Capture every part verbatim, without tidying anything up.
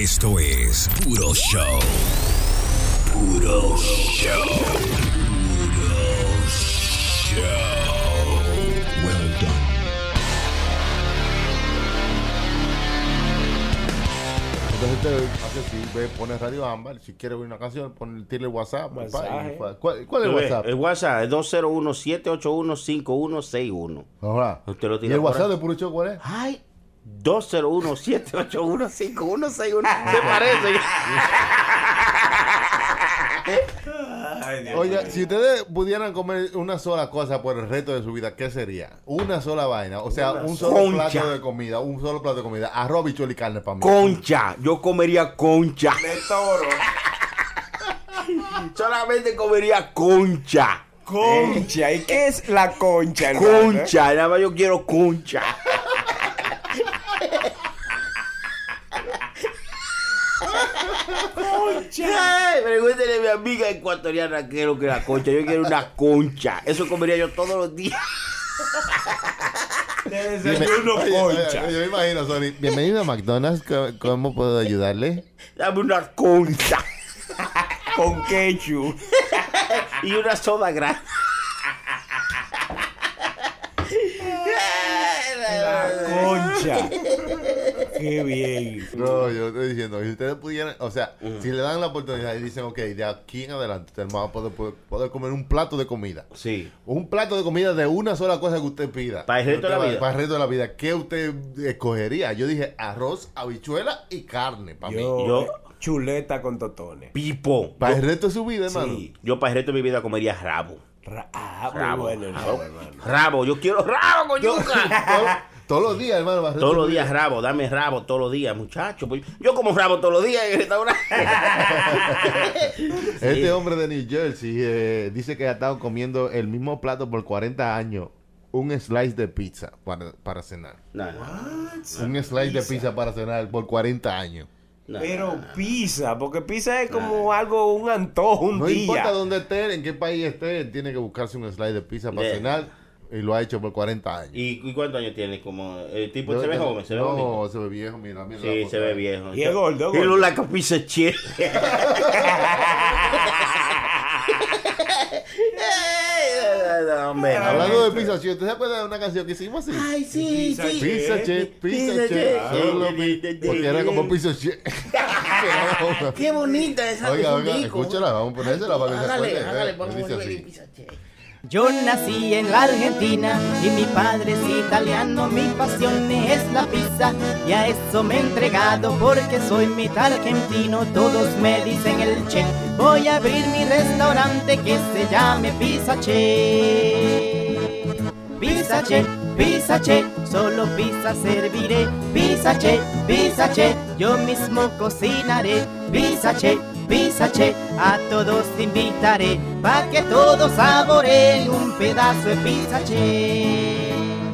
Esto es Puro Show. Puro Show. Puro Show. Well done. Entonces te hace así, ve, pone Radio Ámbar, si quieres oír una canción, pon el WhatsApp. Mensaje. Pa, ¿Cuál, ¿Cuál es el WhatsApp? El WhatsApp es dos cero uno, siete ocho uno, cinco uno seis uno. Ajá. Usted lo ¿Y tira el por WhatsApp ahí. de Puro Show cuál es? Ay, dos cero uno, siete ocho uno, cinco uno seis uno. Se parece. Oiga, si ustedes pudieran comer una sola cosa por el resto de su vida, ¿qué sería? Una sola vaina, o sea, Una un solo concha. plato de comida, un solo plato de comida, arroz, bichuelo y carne para mí. Concha. Yo comería concha. De toro. Solamente comería concha. Concha. ¿Y qué es la concha, hermano? Concha. Nada más yo quiero concha. Ay, pregúntale a mi amiga ecuatoriana qué es lo que es la concha. Yo quiero una concha. Eso comería yo todos los días. De Dime, desayuno oye, concha. oye, yo me imagino, Sony. Bienvenido a McDonald's, ¿cómo- ¿cómo puedo ayudarle? Dame una concha. Con ketchup. Y una soda grande. La concha. Qué bien. No, yo estoy diciendo, si ustedes pudieran, o sea, si le dan la oportunidad y dicen, ok, de aquí en adelante, usted va a poder, poder, poder comer un plato de comida. Sí. Un plato de comida de una sola cosa que usted pida. Para el resto de la Usted va- vida. Para el resto de la vida. ¿Qué usted escogería? Yo dije arroz, habichuela y carne para mí. Yo, Yo- eh, chuleta con totones. Pipo. Para Yo, el resto de su vida, hermano. sí, yo para el resto de mi vida comería rabo. Ra- ah, muy Rabo. bueno, Rabo. hermano. Rabo. Yo quiero rabo con yuca. Todos los días, hermano. para el resto Todos de los su días vida. rabo, dame rabo todos los días, muchacho. Pues, yo como rabo todos los días en el restaurante. Este hombre de New Jersey eh, dice que ha estado comiendo el mismo plato por cuarenta años. Un slice de pizza para, para cenar. No, no, Un slice de pizza para cenar por cuarenta años. no, Pero no, no. pizza, porque pizza es como algo, un antojo, un No día. importa dónde esté, en qué país esté, él tiene que buscarse un slice de pizza para De- cenar. Y lo ha hecho por cuarenta años. ¿Y, ¿Y cuántos años tiene? Como el tipo Yo- se ve yo- joven, se ve no, bonito. se ve viejo, mira, mira. la Sí, foto se ve ahí. viejo. Y es gordo, He gordo. look like a piece of shit. Hombre, Hablando de pizza, si usted se acuerda de una canción que hicimos así. Ay, sí, Pizza sí. Pizza Chef, Pizza Pizza Chef. Chef. Solo Sí, pi- sí, sí, Porque era sí. como Pizza Chef. Qué bonita esa. Oiga, es un oiga, disco. escúchala, vamos a ponérsela para que se Hágale, acuerde. hágale, Eh, vamos dice a ver así. el Pizza Chef. Yo nací en la Argentina y mi padre es italiano, mi pasión es la pizza y a eso me he entregado porque soy mitad argentino, todos me dicen el chef. Voy a abrir mi restaurante que se llame Pizza Chef. Pizza Chef, Pizza Chef, solo pizza serviré. Pizza Chef, Pizza Chef, yo mismo cocinaré. Pizza Chef, Pizza Chef, a todos invitaré pa' que todos saboreen un pedazo de Pizza Chef.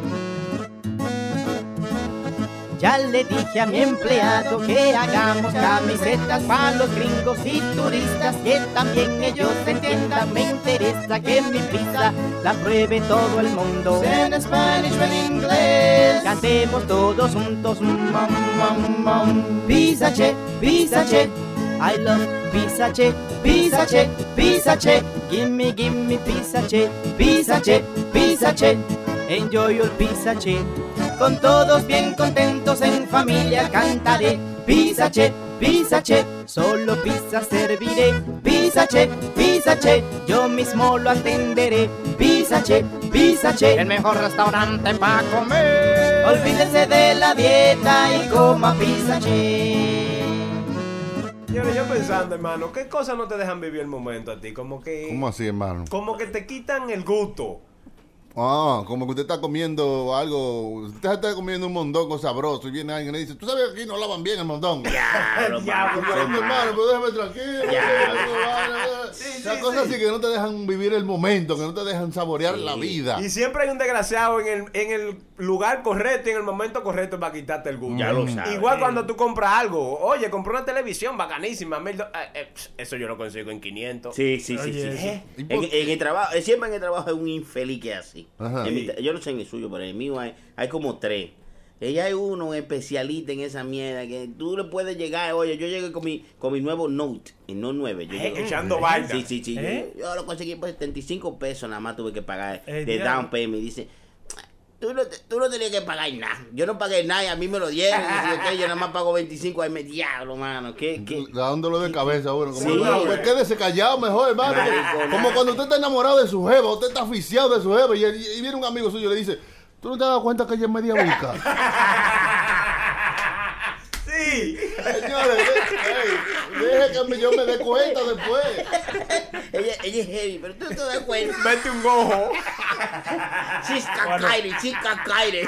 Ya le dije a mi empleado que hagamos camisetas para los gringos y turistas, que también ellos entiendan. Me interesa que mi pizza la pruebe todo el mundo. En español o en inglés, cantemos todos juntos. Mm, mm, mm. Pizza Chef, Pizza Chef, I love Pizza Chef, Pizza Chef, Pizza Chef. Gimme, gimme Pizza Chef, Pizza Chef, Pizza Chef. Enjoy your Pizza Chef. Con todos bien contentos en familia cantaré. Pizza Chef, Pizza Chef, solo pizza serviré. Pizza Chef, Pizza Chef, yo mismo lo atenderé. Pizza Chef, Pizza Chef, el mejor restaurante para comer. Olvídese de la dieta y coma Pizza Chef. Señores, yo pensando, hermano, ¿qué cosas no te dejan vivir el momento a ti? Como que... ¿Cómo así, hermano? Como que te quitan el gusto. Ah, como que usted está comiendo algo, usted está comiendo un mondongo sabroso y viene alguien y le dice, ¿tú sabes que aquí no lavan bien el mondongo? Diablo, Diablo, papá. Pero, mi hermano, pero déjame tranquilo. Ya. Esas cosas así que no te dejan vivir el momento, que no te dejan saborear Sí. la vida. Y siempre hay un desgraciado en el, en el lugar correcto y en el momento correcto para quitarte el gusto. Ya lo sabes. Igual cuando tú compras algo. Oye, compré una televisión bacanísima. mil do- eh, eh, pss, eso yo lo consigo en quinientos. Sí, sí, sí, Oye, sí. ¿eh? En, en el trabajo, eh, siempre en el trabajo hay un infeliz que es así. Ajá. En mi tra- yo no sé en el suyo, pero en el mío hay, hay como tres. Ella es uno especialista en esa mierda que tú le puedes llegar. Oye, yo llegué con mi, con mi nuevo Note, el Note nueve. Yo Eh, llegué- echando vaina. Sí, sí, sí. ¿Eh? Yo, yo lo conseguí por setenta y cinco pesos, nada más tuve que pagar Eh, de diablo. down payment. Y dice, tú no, te- tú no tenías que pagar nada. Yo no pagué nada y a mí me lo dieron. Y dice, ok, yo nada más pago veinticinco. Ahí me diablo, mano. ¿Qué, qué? Dándolo de cabeza a uno. Como, Sí. no, pues quédese callado mejor, hermano. Marico, Como no. cuando usted está enamorado de su jeva, usted está aficiado de su jeva y, y viene un amigo suyo y le dice, ¿tú no te has dado cuenta que ella es media bica? Sí. Señores, ey, deje que me- yo me dé cuenta después. Ella, ella es heavy, pero tú no te das cuenta. Mete un ojo. She's cacaire, she's cacaire.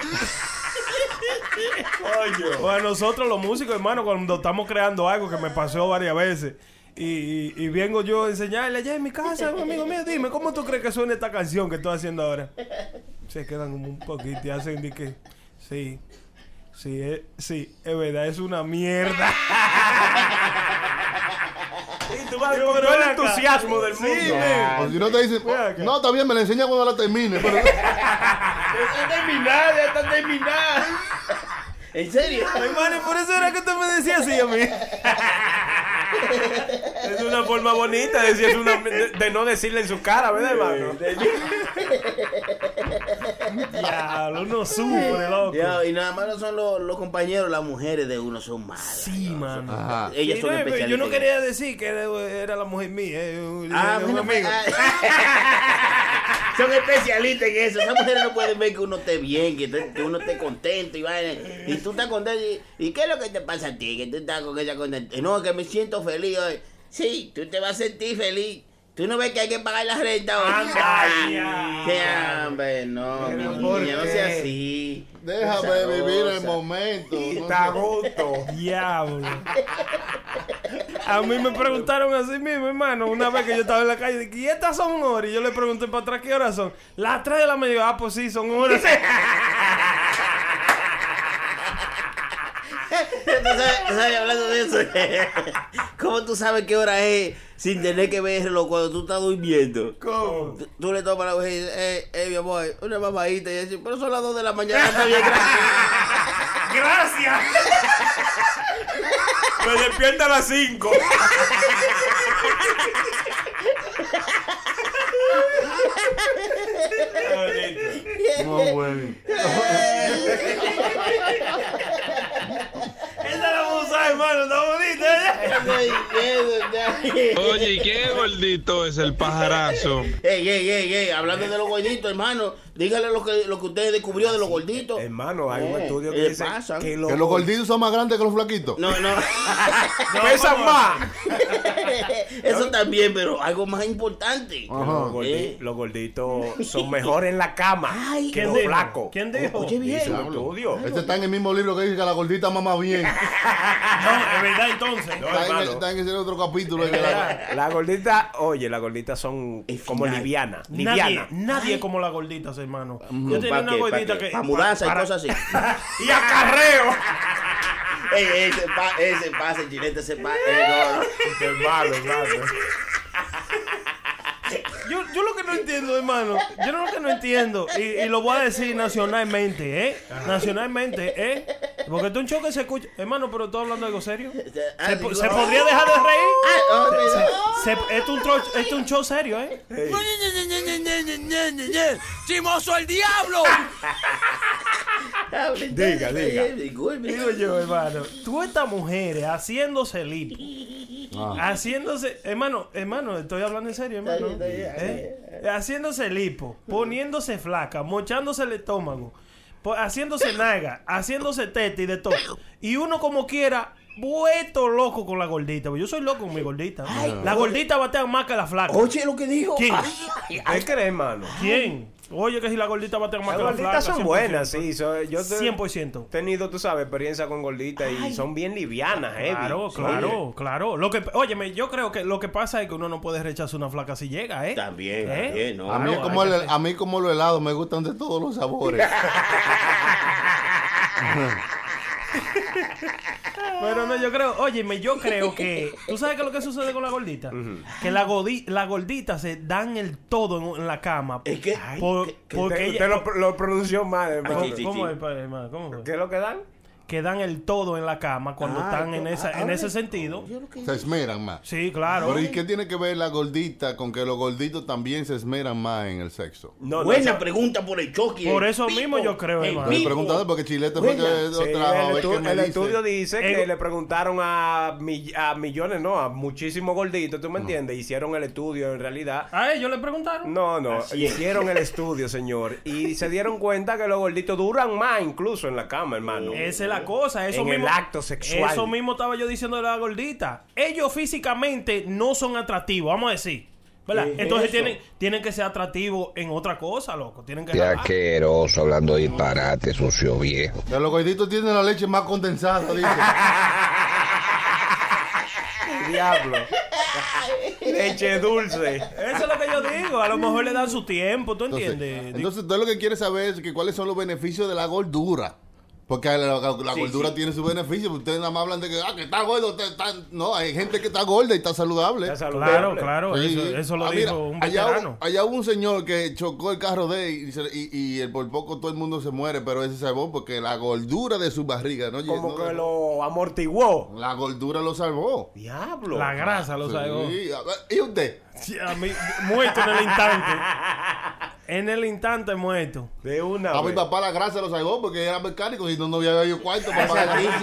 Coño. Pues a nosotros los músicos, hermano, cuando estamos creando algo que me pasó varias veces y, y, y vengo yo a enseñarle allá en mi casa, un amigo mío, dime, ¿cómo tú crees que suena esta canción que estoy haciendo ahora? Se quedan como un poquito y hacen de que, sí, sí, es, sí, es verdad, es una mierda. Y tú vas Yo, con pero todo el ven acá. entusiasmo del Sí, mundo. men. O si no te dicen, Ve acá. no, está bien, me la enseña cuando la termine. Pero Ya está terminada, ya está terminada. ¿En serio? Hermano, y por eso era que usted me decía así a mí. Es una forma bonita de, decir, es una, de, de no decirle en su cara, ¿verdad, hermano? Diablo, uno sufre, loco. Ya, y nada más no son los, los compañeros, las mujeres de uno son malas. Sí, mano. Ajá. Ellas Sí, son no, especialistas. yo no en quería decir que era, era la mujer mía, eh, un, Ah, un bueno, amigo. ah, son especialistas en eso. Esas mujeres no pueden ver que uno esté bien, que, te- que uno esté contento y vaina. Y tú estás contento. Y, ¿y qué es lo que te pasa a ti? Que tú estás con esa contenta. No, que me siento feliz hoy. Sí, tú te vas a sentir feliz. Tú no ves que hay que pagar la renta hoy. Anda, Ay, ya. qué hambre, no, mi ¿por niña, no qué? sea así. déjame Esa vivir el cosa. momento. no Está a sé. gusto. Diablo. A mí me preguntaron así mismo, hermano, una vez que yo estaba en la calle, dije, ¿y estas son horas? Y yo le pregunté para atrás, ¿qué horas son? Las tres de la mañana. Ah, pues sí, son horas. ¿Tú sabes, tú sabes, hablando de eso, ¿cómo tú sabes qué hora es sin tener que verlo cuando tú estás durmiendo? ¿Cómo? Tú, tú le tomas la mujer y dices, eh, eh, mi amor, una mamadita. Y dice, pero son las dos de la mañana, está bien, gracias. ¡Gracias! Me despierta a las cinco. No, bueno. Esa la vamos a usar, hermano, está bonita. Oye, ¿y qué gordito es el pajarazo? Ey, ey, ey, ey, hablando de los gorditos, hermano, dígale lo que, lo que usted descubrió de los gorditos. Hermano, hay un Eh, estudio ¿qué que le dice pasa? que los Que los gorditos son más grandes que los flaquitos. No, no. pesan más. Eso también, pero algo más importante. Ajá. Los, gordi- Eh. los gorditos son mejores en la cama Ay, que ¿Quién los dijo? flacos. ¿Quién dijo? Oye, bien. Dice un estudio. Este está en el mismo libro que dice que la gordita mama bien. No, es verdad, entonces. No, Está en, hermano. está en ese otro capítulo. Es verdad. La gordita, oye, las gorditas son Es como final. livianas. Nadie, Livianas. nadie como las gorditas, hermano. Yo tenía ¿Para una qué? ¿Para gordita qué? que... ¿Para mudanza y para- cosas así? Y acarreo. Ey, ese, pa, ese pasa, el chilete, ese pasa. Eh, no, no. Qué malo, hermano. Yo, yo lo que no entiendo, hermano, yo lo que no entiendo, y, y lo voy a decir nacionalmente, ¿eh? Nacionalmente, ¿eh? Porque tú un choque se escucha... Hermano, pero estoy hablando de algo serio. Ah, ¿Se, digo, po- ¿se podría dejar de reír? Ah, no, no, no. Se- esto, es un tro- esto es un show serio, ¿eh? ¡Chimoso el diablo! Diga, diga. Disculpe. Digo yo, hermano, tú estas mujeres haciéndose lipo, haciéndose, hermano, hermano, estoy hablando en serio, hermano, Está bien, está bien, ¿eh? Haciéndose lipo, poniéndose flaca, mochándose el estómago, po- haciéndose naga, haciéndose teta y de todo, y uno como quiera vuelto loco con la gordita, porque yo soy loco con mi gordita. La gordita batea más que la flaca. Oye, lo que dijo. ¿Quién? Ay, ay, ¿Qué crees, hermano? ¿Quién? Oye, que si la gordita batea más Las que la flaca. gorditas son cien por ciento. buenas, sí. so- yo te- cien por ciento. he tenido, tú sabes, experiencia con gorditas y son bien livianas, heavy. Claro, Sí. claro, claro. Lo que, óyeme, yo creo que lo que pasa es que uno no puede rechazar una flaca si llega, ¿eh? También, ¿Eh? también, ¿no? A mí, Claro, como hay el- que- a mí como los helados me gustan de todos los sabores. Pero no, yo creo, óyeme, yo creo que... ¿Tú sabes qué es lo que sucede con la gordita? Uh-huh. Que la, godi, la gordita se dan el todo en, en la cama. ¿Es que? Por, ¿Qué, qué porque te, ella... usted lo, lo pronunció mal, hermano. ¿Cómo, ¿cómo es, hermano? ¿Cómo fue? ¿Qué es lo que dan? Que dan el todo en la cama cuando ah, están en, ah, esa, ah, en ah, ese sentido. Se esmeran más. Sí, claro. Pero ¿y qué tiene que ver la gordita con que los gorditos también se esmeran más en el sexo? No, Buena no, pregunta por el Chucky. Por el eso pico, mismo yo creo, hermano. Me preguntado porque Chilete fue que sí, trajo. El, estu- que el dice. estudio dice el, que le preguntaron a, mi- a millones, no, a muchísimos gorditos, ¿tú me entiendes? Hicieron el estudio en realidad. ¿A ellos le preguntaron? No, no, Así hicieron el estudio, señor. Y se dieron cuenta que los gorditos duran más incluso en la cama, hermano. Esa es la cosa, eso En mismo. el acto sexual. Eso mismo estaba yo diciendo de la gordita. Ellos físicamente no son atractivos, vamos a decir. ¿Verdad? Entonces tienen, tienen que ser atractivos en otra cosa, loco. Tienen que Qué asqueroso, hablando disparate, sucio viejo. Que los gorditos tienen la leche más condensada, dice. Diablo. Leche dulce. Eso es lo que yo digo. A lo mejor le dan su tiempo, ¿tú Entonces, entiendes? entonces usted lo que quiere saber es que cuáles son los beneficios de la gordura. Porque la, la, la Sí, gordura sí. tiene su beneficio. Ustedes nada más hablan de que, ah, que está gordo. Usted está... No, hay gente que está gorda y está saludable. Está saludable. Claro, claro. Sí. Eso, eso lo Ah, dijo mira, un allá, veterano. hubo- allá hubo un señor que chocó el carro de él y, se- y, y el- por poco todo el mundo se muere, pero ese se salvó porque la gordura de su barriga, ¿no? Como No, que no, lo amortiguó. La gordura lo salvó. Diablo. La grasa lo Sí. sabemos. A ver, ¿y usted? Sí, a mí, muerto en el instante. En el instante muerto. De una A mi vez. papá la grasa lo salvó porque era mecánico y no, no había yo cuarto para pagar la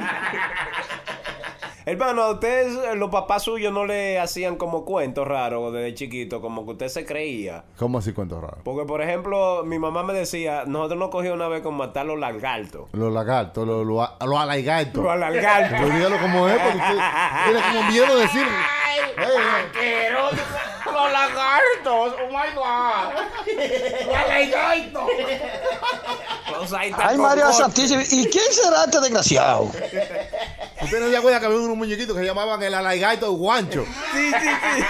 Hermano, ¿a ustedes, eh, los papás suyos no le hacían como cuentos raros desde chiquito? Como que usted se creía. ¿Cómo así cuentos raros? Porque, por ejemplo, mi mamá me decía, nosotros nos cogimos una vez con matar los lagartos. Los lagartos, los, los, los alaigartos. Los lagartos. Pues dígalo como es, porque usted tiene como miedo decir. Asqueroso. Los lagartos. Oh my God. Los lagartos. Los Ay, aitas María con- Santísima, ¿y quién será este desgraciado? Usted no se acuerda que había unos muñequitos que se llamaban el alaigarto guancho. Sí, sí, sí.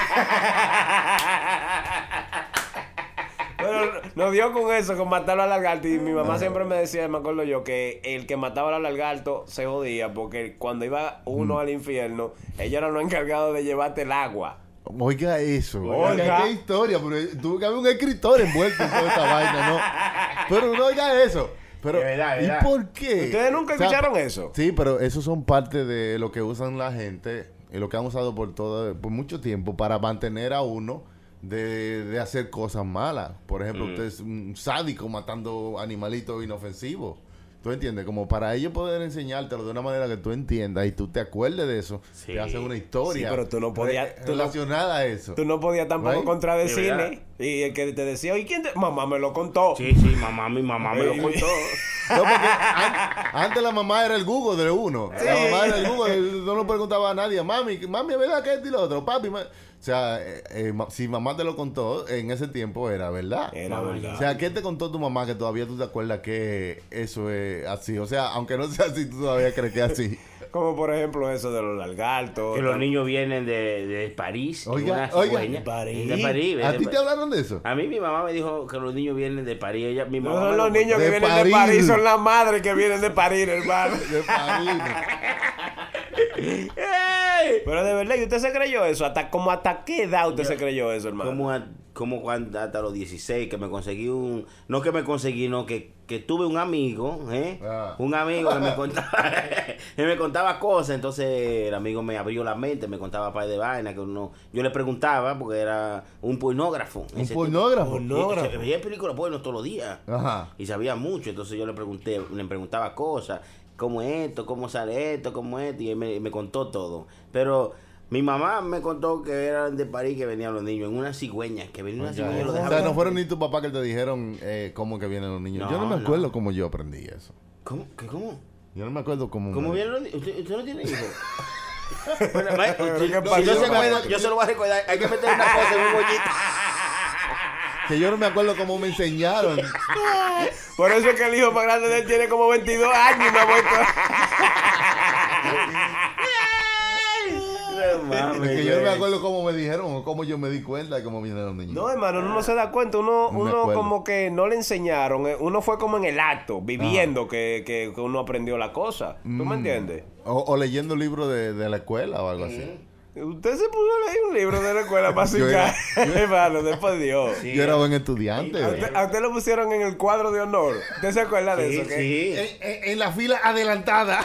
Pero nos dio con eso, con matar al lagarto. Y mi mamá siempre me decía, me acuerdo yo, que el que mataba al lagarto se jodía. Porque cuando iba uno al infierno, ellos eran los encargados de llevarte el agua. Oiga eso. Oiga. Oiga, qué historia. Pero tuvo que haber un escritor envuelto en toda esta vaina, ¿no? Pero no oiga eso. Pero, De verdad, de ¿y verdad. por qué? ¿Ustedes nunca O sea, escucharon eso? Sí, pero esos son parte de lo que usan la gente y lo que han usado por todo, por mucho tiempo para mantener a uno de, de hacer cosas malas. Por ejemplo, usted es un sádico matando animalitos inofensivos. ¿Tú entiendes? Como para ellos poder enseñártelo de una manera que tú entiendas y tú te acuerdes de eso, Sí. te hacen una historia. Sí, pero tú no podías- re- tú no- relacionada a eso. Tú no podías tampoco Right? De contradecirle. verdad. Y el que te decía, ¿y quién te...? Mamá me lo contó. Sí, sí, mamá, mi mamá me lo contó. No, porque an- antes la mamá era el Google de uno. La mamá era el Google, no lo preguntaba a nadie. Mami, mami, ¿es verdad que esto y lo otro? Papi, ma-". o sea, eh, eh, ma- si mamá te lo contó, en ese tiempo era verdad. Era verdad. O sea, ¿qué te contó tu mamá que todavía tú te acuerdas que eso es así? O sea, aunque no sea así, tú todavía crees que es así. Como por ejemplo eso de los lagartos. Que los niños vienen de, de París. Oiga, una oiga. cigüeña. ¿De París? De París. ¿A de ti Pa- te hablaron de eso? A mí mi mamá me dijo que los niños vienen de París. Ella, mi No mamá son me los lo niños que De vienen París. de París, son las madres que vienen de París, hermano. De París. ¡Ey! Pero de verdad, ¿y usted se creyó eso? ¿Hasta, como hasta qué edad usted se creyó eso, hermano? Como, a- como cuando, hasta los dieciséis que me conseguí un... No que me conseguí, no, que, que tuve un amigo, ¿eh? Ah. Un amigo que me contaba que me contaba cosas. Entonces el amigo me abrió la mente, me contaba par de vainas que uno... Yo le preguntaba porque era un pornógrafo. ¿Un ese tipo. pornógrafo? Pornógrafo. Y- y- Veía películas porno todos los días. Ajá. Y sabía mucho, entonces yo le pregunté, le preguntaba cosas, cómo es esto, cómo sale esto, cómo es esto, y él me, me contó todo. Pero mi mamá me contó que eran de París que venían los niños, en una cigüeña, que venía una Oiga, cigüeña y lo o sea, dejaban. no fueron ni tu papá que te dijeron eh, cómo que vienen los niños. No, yo no me no. acuerdo cómo yo aprendí eso. ¿Cómo? ¿Qué, ¿Cómo? Yo no me acuerdo cómo. ¿Cómo me- vienen los niños? ¿Usted, usted no tiene hijos? Bueno, ma- Pero si- ¿qué si pasó? no se acuerda, yo se lo voy a recordar. Hay que meter una cosa en un bollito. Que yo no me acuerdo cómo me enseñaron. Por eso es que el hijo más grande de él tiene como veintidós años y no ha vuelto. mames, Es que yo no me güey. acuerdo cómo me dijeron o cómo yo me di cuenta de cómo vinieron los niños. No, hermano, uno no se da cuenta. Uno, No me uno acuerdo. como que no le enseñaron. eh, Uno fue como en el acto, viviendo que, que, que uno aprendió la cosa. ¿Tú me entiendes? O, o leyendo libros de, de la escuela o algo así. Usted se puso a leer un libro de la escuela Yo básica. era- Hermano, después Dios. Yo era buen estudiante. A usted, a usted lo pusieron en el cuadro de honor. ¿Usted se acuerda de Sí, eso? que- sí. En, en- en la fila adelantada.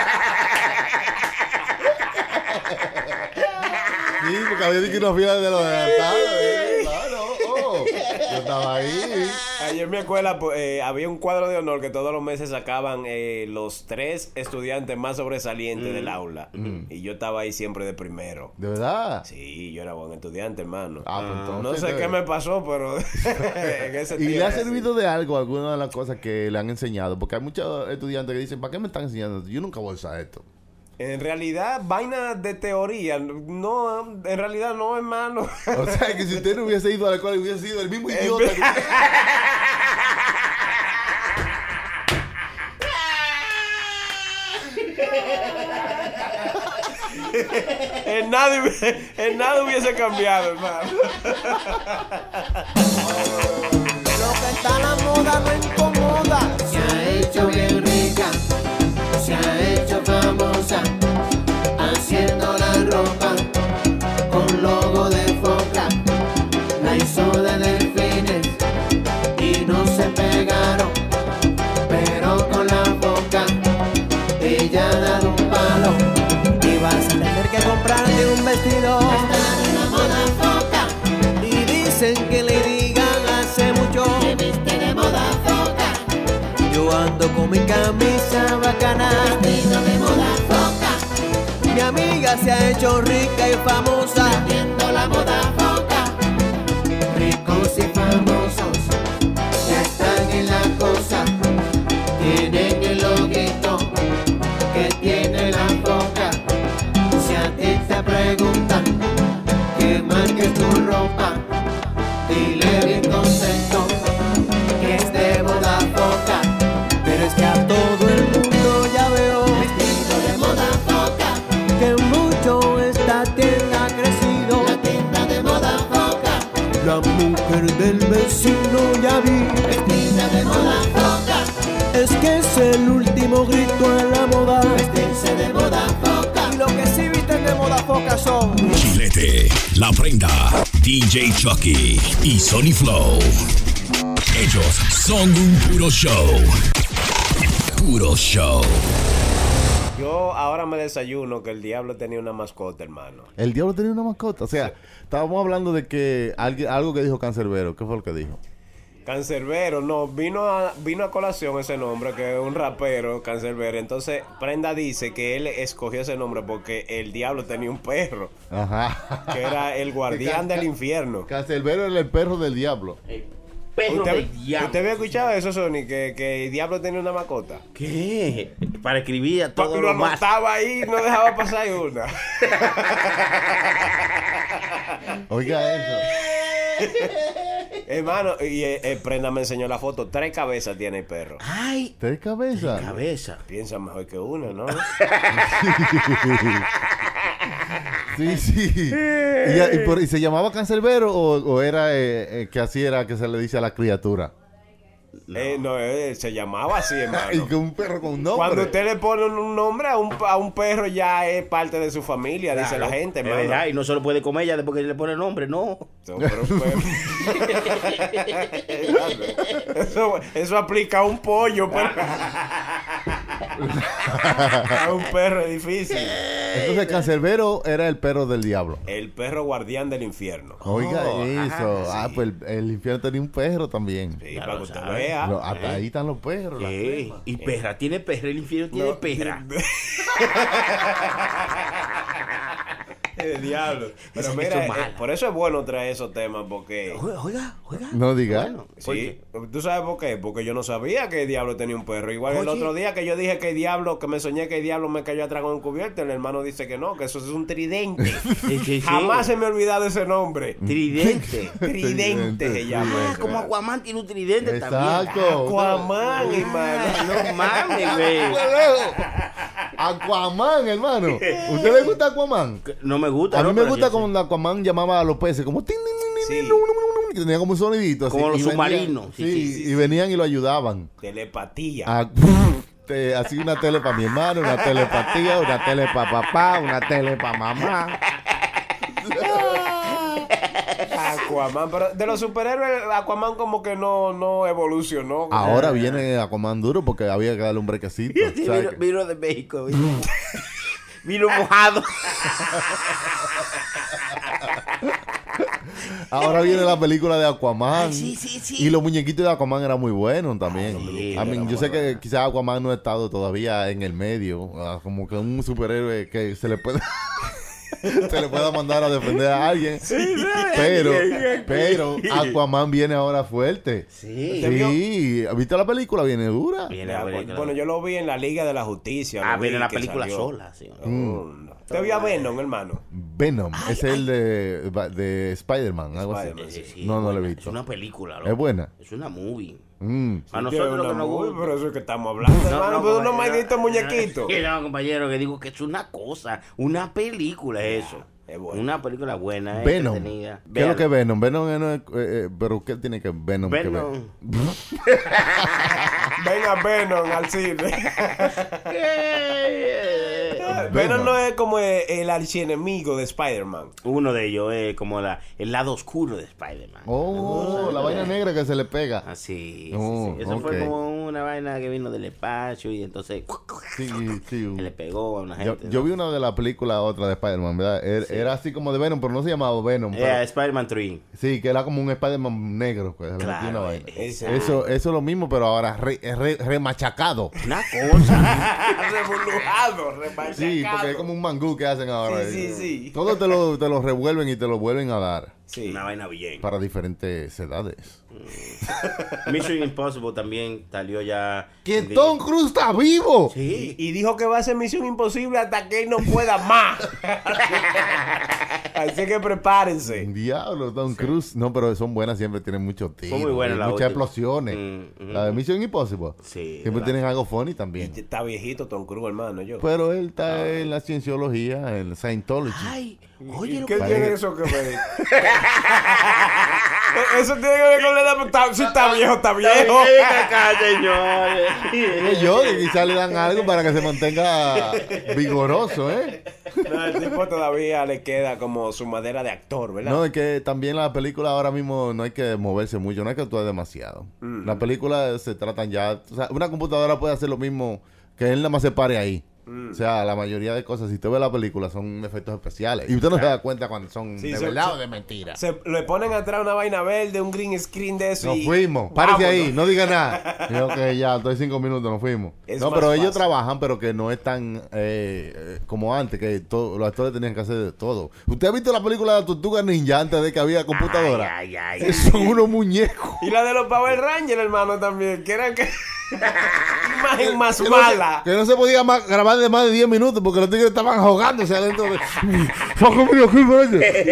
Sí, porque había dicho que una fila de los adelantados. eh, Claro, oh, yo estaba ahí. Ayer en mi escuela pues, eh, había un cuadro de honor que todos los meses sacaban eh, los tres estudiantes más sobresalientes del aula. Y yo estaba ahí siempre de primero. ¿De verdad? Sí, yo era buen estudiante, hermano. Ah, pues entonces, no sé eh. qué me pasó, pero en ese ¿Y le tiempo, ha sí. servido de algo alguna de las cosas que le han enseñado? Porque hay muchos estudiantes que dicen, ¿para qué me están enseñando? Yo nunca voy a usar esto. En realidad, vaina de teoría, no, en realidad no, hermano. O sea, que si usted no hubiese ido a la escuela, hubiese sido el mismo idiota. que- en, nada, hubiese- en nada hubiese cambiado, hermano. Lo que está a la moda no incomoda. Se ha hecho bien rica, se ha hecho famosa, haciendo la ropa con logo de foca. La hizo de delfines y no se pegaron, pero con la boca ella ha dado un palo. Y vas a tener que comprarte un vestido. Está en la moda foca. Y dicen que le digan hace mucho que viste de moda foca. Yo ando con mi camisa bacana, vestido de moda foca. Mi amiga se ha hecho rica y famosa, viendo la moda foca. Ricos y famosos ya están en la cosa. Tienen el loguito que tiene la foca. Si a ti te preguntan que marques tu ropa, dile bien contento que es de moda foca. Pero es que a todo el mundo ya veo vestido de moda foca. Que mucho esta tienda ha crecido, la tienda de moda foca. La mujer del vecino ya vi vestida de moda foca. Es que es el último grito a la moda, vestirse de moda foca. Y lo que sí visten de moda foca son Chilete, La Prenda, D J Chucky y Sony Flow. Ellos son un puro show. Puro show. Yo ahora me desayuno que el diablo tenía una mascota, hermano. El diablo tenía una mascota. O sea, estábamos hablando de que alguien, algo que dijo Cancerbero. ¿Qué fue lo que dijo? Cancerbero, no, vino a, vino a colación ese nombre, que es un rapero, Cancerbero. Entonces, Prenda dice que él escogió ese nombre porque el diablo tenía un perro, Ajá. que era el guardián del infierno. Cancerbero era el perro del diablo. Perro ¿Usted, del diablo. ¿Usted había escuchado eso, Sony? Que, que el diablo tenía una mascota. ¿Qué? Para escribir a Pa- todo lo lo más. anotaba ahí y no dejaba pasar una. Oiga eso. Hermano, y eh, eh, Prenda me enseñó la foto. Tres cabezas tiene el perro. Ay, ¿Tres cabezas? cabeza. Piensa mejor que una, ¿no? Sí, sí. ¿Y, ya- y por- y se llamaba Cancerbero o, o era eh, eh, que así era que se le dice a la criatura? No, eh, no eh, se llamaba así, Y hermano. que un perro con nombre. Cuando usted le pone un nombre a un, a un perro, ya es parte de su familia, dice la gente, Es hermano. verdad, y no se lo puede comer ya después que le pone nombre, no. No, pero un perro. eso, eso aplica a un pollo, pero a un perro es difícil. Entonces Cancerbero era el perro del diablo. El perro guardián del infierno. Oiga Oh, eso. ajá, Ah, sí. pues el, el infierno tenía un perro también. Sí, Ya para lo que usted sabe. vea. Lo- hasta ahí están los perros. las ¿Qué? cremas. Y perra, tiene perra, el infierno tiene No, perra. El diablo. Pero Esa que mira, son eh, malas. por eso es bueno traer esos temas, porque... Oiga, oiga, oiga. No diga. Bueno, ¿por Sí, qué? ¿tú sabes por qué? Porque yo no sabía que el diablo tenía un perro. Igual el Oye. otro día que yo dije que el diablo, que me soñé que el diablo me cayó atrás con un cubierto, el hermano dice que no, que eso es un tridente. Sí, sí, sí. Jamás se me ha olvidado ese nombre. Tridente. Tridente se llama. Ah, eso, como ¿verdad? Aquaman tiene un tridente Exacto. también. Aquaman, hermano. Ah, no mames, güey. Aquaman, hermano. ¿Usted le gusta Aquaman? No me me gusta. A ¿no? mí me Pero gusta sí, cuando Aquaman llamaba a los peces como tin, tin, tin, tin, Sí. nu, nu, nu, nu, que tenía como un sonidito así, Como los y venían- submarinos. Sí, Sí, sí, sí, y venían y lo ayudaban. Telepatía. A- te- así una tele para mi hermano, una tele para tía, una tele para papá, una tele para mamá. Aquaman, pero de los superhéroes, Aquaman como que no, no evolucionó. Ahora viene Aquaman duro porque había que darle un brequecito. Sí, ¿sabes vino, qué? vino de México. Vino, vino mojado. Ahora viene la película de Aquaman. Ay, sí, sí, sí. Y los muñequitos de Aquaman eran muy buenos también. sí, I mean, eran yo sé muy que quizás Aquaman no ha estado todavía en el medio. ah, Como que un superhéroe que se le puede... se le pueda mandar a defender a alguien. pero, pero Aquaman viene ahora fuerte. Sí. Sí. ¿Viste la película? Viene dura. Viene la película. Bueno, yo lo vi en la Liga de la Justicia. Ah, lo vi viene la que película salió. sola, sí. Oh, no. ¿Te vio a Venom, hermano? Venom. es el de, de Spider-Man. Algo así. Spider-Man, Sí, sí, No, no la he buena. visto. Es una película, loco. ¿Es buena? Es una movie. Mm. A nosotros lo que nos Uy, gusta. pero eso es que estamos hablando, hermano. Pero unos compañero. malditos muñequitos. Sí, no, compañero, que digo que es una cosa, una película es eso. es bueno. Una película buena, Venom. entretenida. ¿Qué es lo que es Véanla. Venom? Venom es, no es- eh, eh, pero ¿qué tiene que Venom, que ver? Venom. Ven a Venom al cine. Eh, Venom no es como el, el archienemigo de Spider-Man. Uno de ellos es como la, el lado oscuro de Spider-Man. Oh, la vaina negra que se le pega. Así, Oh, sí, sí. Eso ok. fue como una vaina que vino del espacio y entonces Sí, sí. se le pegó a una Yo, gente. yo ¿no? vi una de las películas, otra de Spider-Man, ¿verdad? Era, era así como de Venom, pero no se llamaba Venom. pero- Eh, Spider-Man tres. sí, que era como un Spider-Man negro. Pues, le metí Claro, una vaina. ese- Eso, eso es lo mismo, pero ahora re- re- remachacado. Una cosa. Revolujado, remachacado. Sí, porque es como un mangú que hacen ahora. Sí, sí, sí. Todo te lo, te lo revuelven y te lo vuelven a dar Sí. Una vaina bien. para diferentes edades. Mission Impossible también salió ya. ¡Que en Tom Cruise está vivo! Sí. Y dijo que va a ser misión imposible hasta que él no pueda más. Así que prepárense. Diablo, Tom Cruise. No, pero son buenas, siempre tienen muchos tiros. muy buena y la muchas última. explosiones. Mm, mm. La de Mission Impossible. Sí, Siempre ¿verdad? tienen algo funny también. Y está viejito Tom Cruise, hermano. Yo. Pero él está en la cienciología, en Scientology. Ay, oye, lo ¿Qué que tiene eso que ver? Eso tiene que ver con la edad. pero está- Si está viejo, está viejo. acá, señores. Digo yo, que quizás le dan algo para que se mantenga vigoroso, ¿eh? No, el tipo todavía le queda como su madera de actor, ¿verdad? No, es que también la película ahora mismo no hay que moverse mucho, no hay que actuar demasiado. Mm. Las películas se tratan ya... O sea, una computadora puede hacer lo mismo que él nada más se pare ahí. Mm. O sea, la mayoría de cosas, si usted ve la película, son efectos especiales. Y usted no se da cuenta cuando son Sí, de se- verdad se- o de mentira. Se le ponen atrás una vaina verde, un green screen de eso. Nos y fuimos. Párese vámonos. ahí, no diga nada. Y yo, ok, ya, estoy cinco minutos, nos fuimos. Es no, más pero ellos fácil. trabajan, pero que no es tan eh, eh, como antes, que todo- los actores tenían que hacer de todo. ¿Usted ha visto la película de la Tortuga Ninja antes de que había computadora? Ay, ay, ay. Son unos muñecos. Y la de los Power Rangers, hermano, también. Que eran que. Imagen más Que no, mala. se, que no se podía más- grabar de más de diez minutos porque los tigres estaban ahogándose adentro de... ¡Sácame de aquí, parece!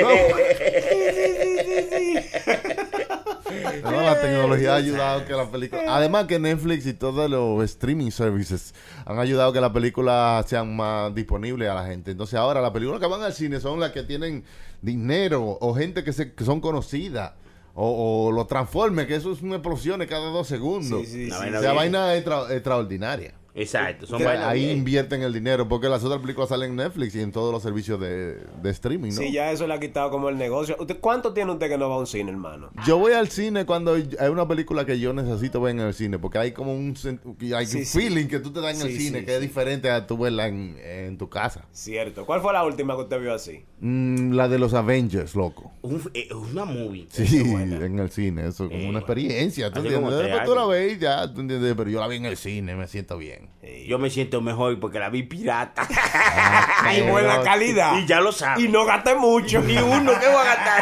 No. No, la tecnología ha ayudado que la película... Además que Netflix y todos los streaming services han ayudado que las películas sean más disponibles a la gente. Entonces ahora las películas que van al cine son las que tienen dinero o gente que, se, que son conocidas. O, o los Transformers, que eso es una explosión cada dos segundos. Sí, sí, Una sí. vaina O sea, bien. vaina extra- extraordinaria. Exacto, son Que vainas ahí bien. invierten el dinero porque las otras películas salen en Netflix y en todos los servicios de, de streaming, ¿no? Sí, ya eso le ha quitado como el negocio. ¿Usted cuánto tiene usted que no va a un cine, hermano? Yo voy al cine cuando hay una película que yo necesito ver en el cine porque hay como un, sen- que hay Sí, un sí. feeling que tú te das en el Sí, cine sí, que es sí. diferente a tú verla en, en tu casa. Cierto. ¿Cuál fue la última que usted vio así? Mm, la de los Avengers, loco. Un- eh, una movie. Sí, es buena. en el cine, eso como Eh, una experiencia, ¿tú hace entiendes? como tres Después tú la años. ves y ya, ¿tú entiendes? Pero yo la vi en el cine, me siento bien. Yo me siento mejor porque la vi pirata. Y buena calidad. Y ya lo sabes. Y no gasté mucho. Ni uno que voy a gastar.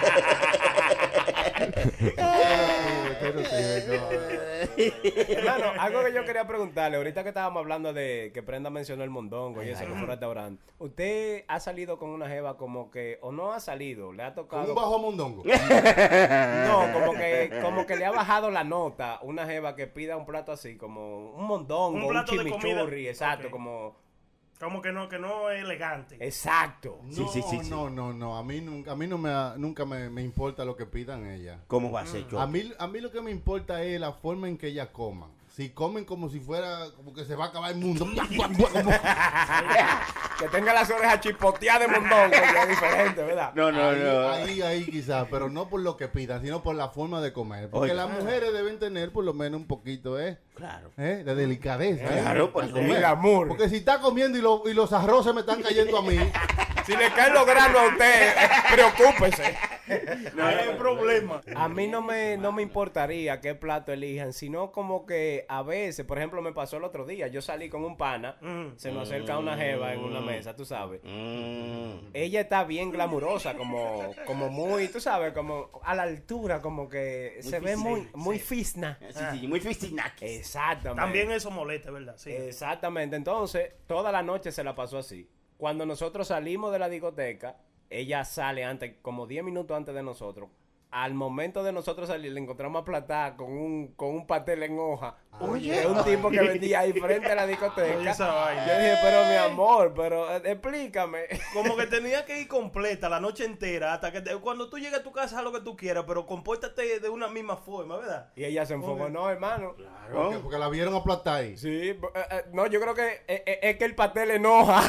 Hermano, algo que yo quería preguntarle, ahorita que estábamos hablando de que Prenda mencionó el mondongo y eso, que fue un restaurante. ¿Usted ha salido con una jeva como que, o no ha salido, le ha tocado? mondongo. No, como que, como que le ha bajado la nota una jeva que pida un plato así, como un mondongo, Un un, plato de comida. chimichurri, exacto, Ok. como Como que no, que no es elegante. Exacto. No, Sí, sí, sí, sí. no, no, no. A mí nunca, a mí no me, ha- nunca me, me importa lo que pidan ellas. ¿Cómo va a ser, A Chucky? mí, a mí lo que me importa es la forma en que ellas coman. Si comen como si fuera, como que se va a acabar el mundo. Como- Que tenga las orejas chipoteadas de mondongo, que es diferente, ¿verdad? No, no, ahí, no. ahí, ahí quizás, pero no por lo que pidan, sino por la forma de comer. Porque Oye. las mujeres deben tener por lo menos un poquito, ¿eh? Claro. ¿Eh? De delicadeza. ¿eh? Claro, por Al eso comer. el amor. Porque si está comiendo y, lo- y los arroces me están cayendo a mí. Si le caen los granos a usted, eh, preocúpese. No hay problema. A mí no me, no me importaría qué plato elijan, sino como que a veces, por ejemplo, me pasó el otro día, yo salí con un pana, Mm. se nos acerca una jeva en una mesa, tú sabes. Mm. Ella está bien glamurosa, como, como muy, tú sabes, como a la altura, como que Muy se ve fis- muy, sí, muy sí. fisna. Sí, sí, muy fistinakis. Exactamente. También eso molesta, ¿verdad? Sí. Exactamente. Entonces, toda la noche se la pasó así. Cuando nosotros salimos de la discoteca, ella sale antes, como diez minutos antes de nosotros. Al momento de nosotros salir, le encontramos aplatada con un, con un pastel en hoja. Oye. De un tipo que vendía ahí frente a la discoteca. Oye, esa vaina. Yo dije, pero mi amor, pero eh, explícame. Como que tenía que ir completa la noche entera hasta que te- cuando tú llegues a tu casa haz lo que tú quieras, pero compórtate de una misma forma, ¿verdad? Y ella se enfocó, no, hermano. Porque, porque la vieron aplastar ahí. Sí, eh, eh, no, yo creo que eh, eh, es que el pastel enoja.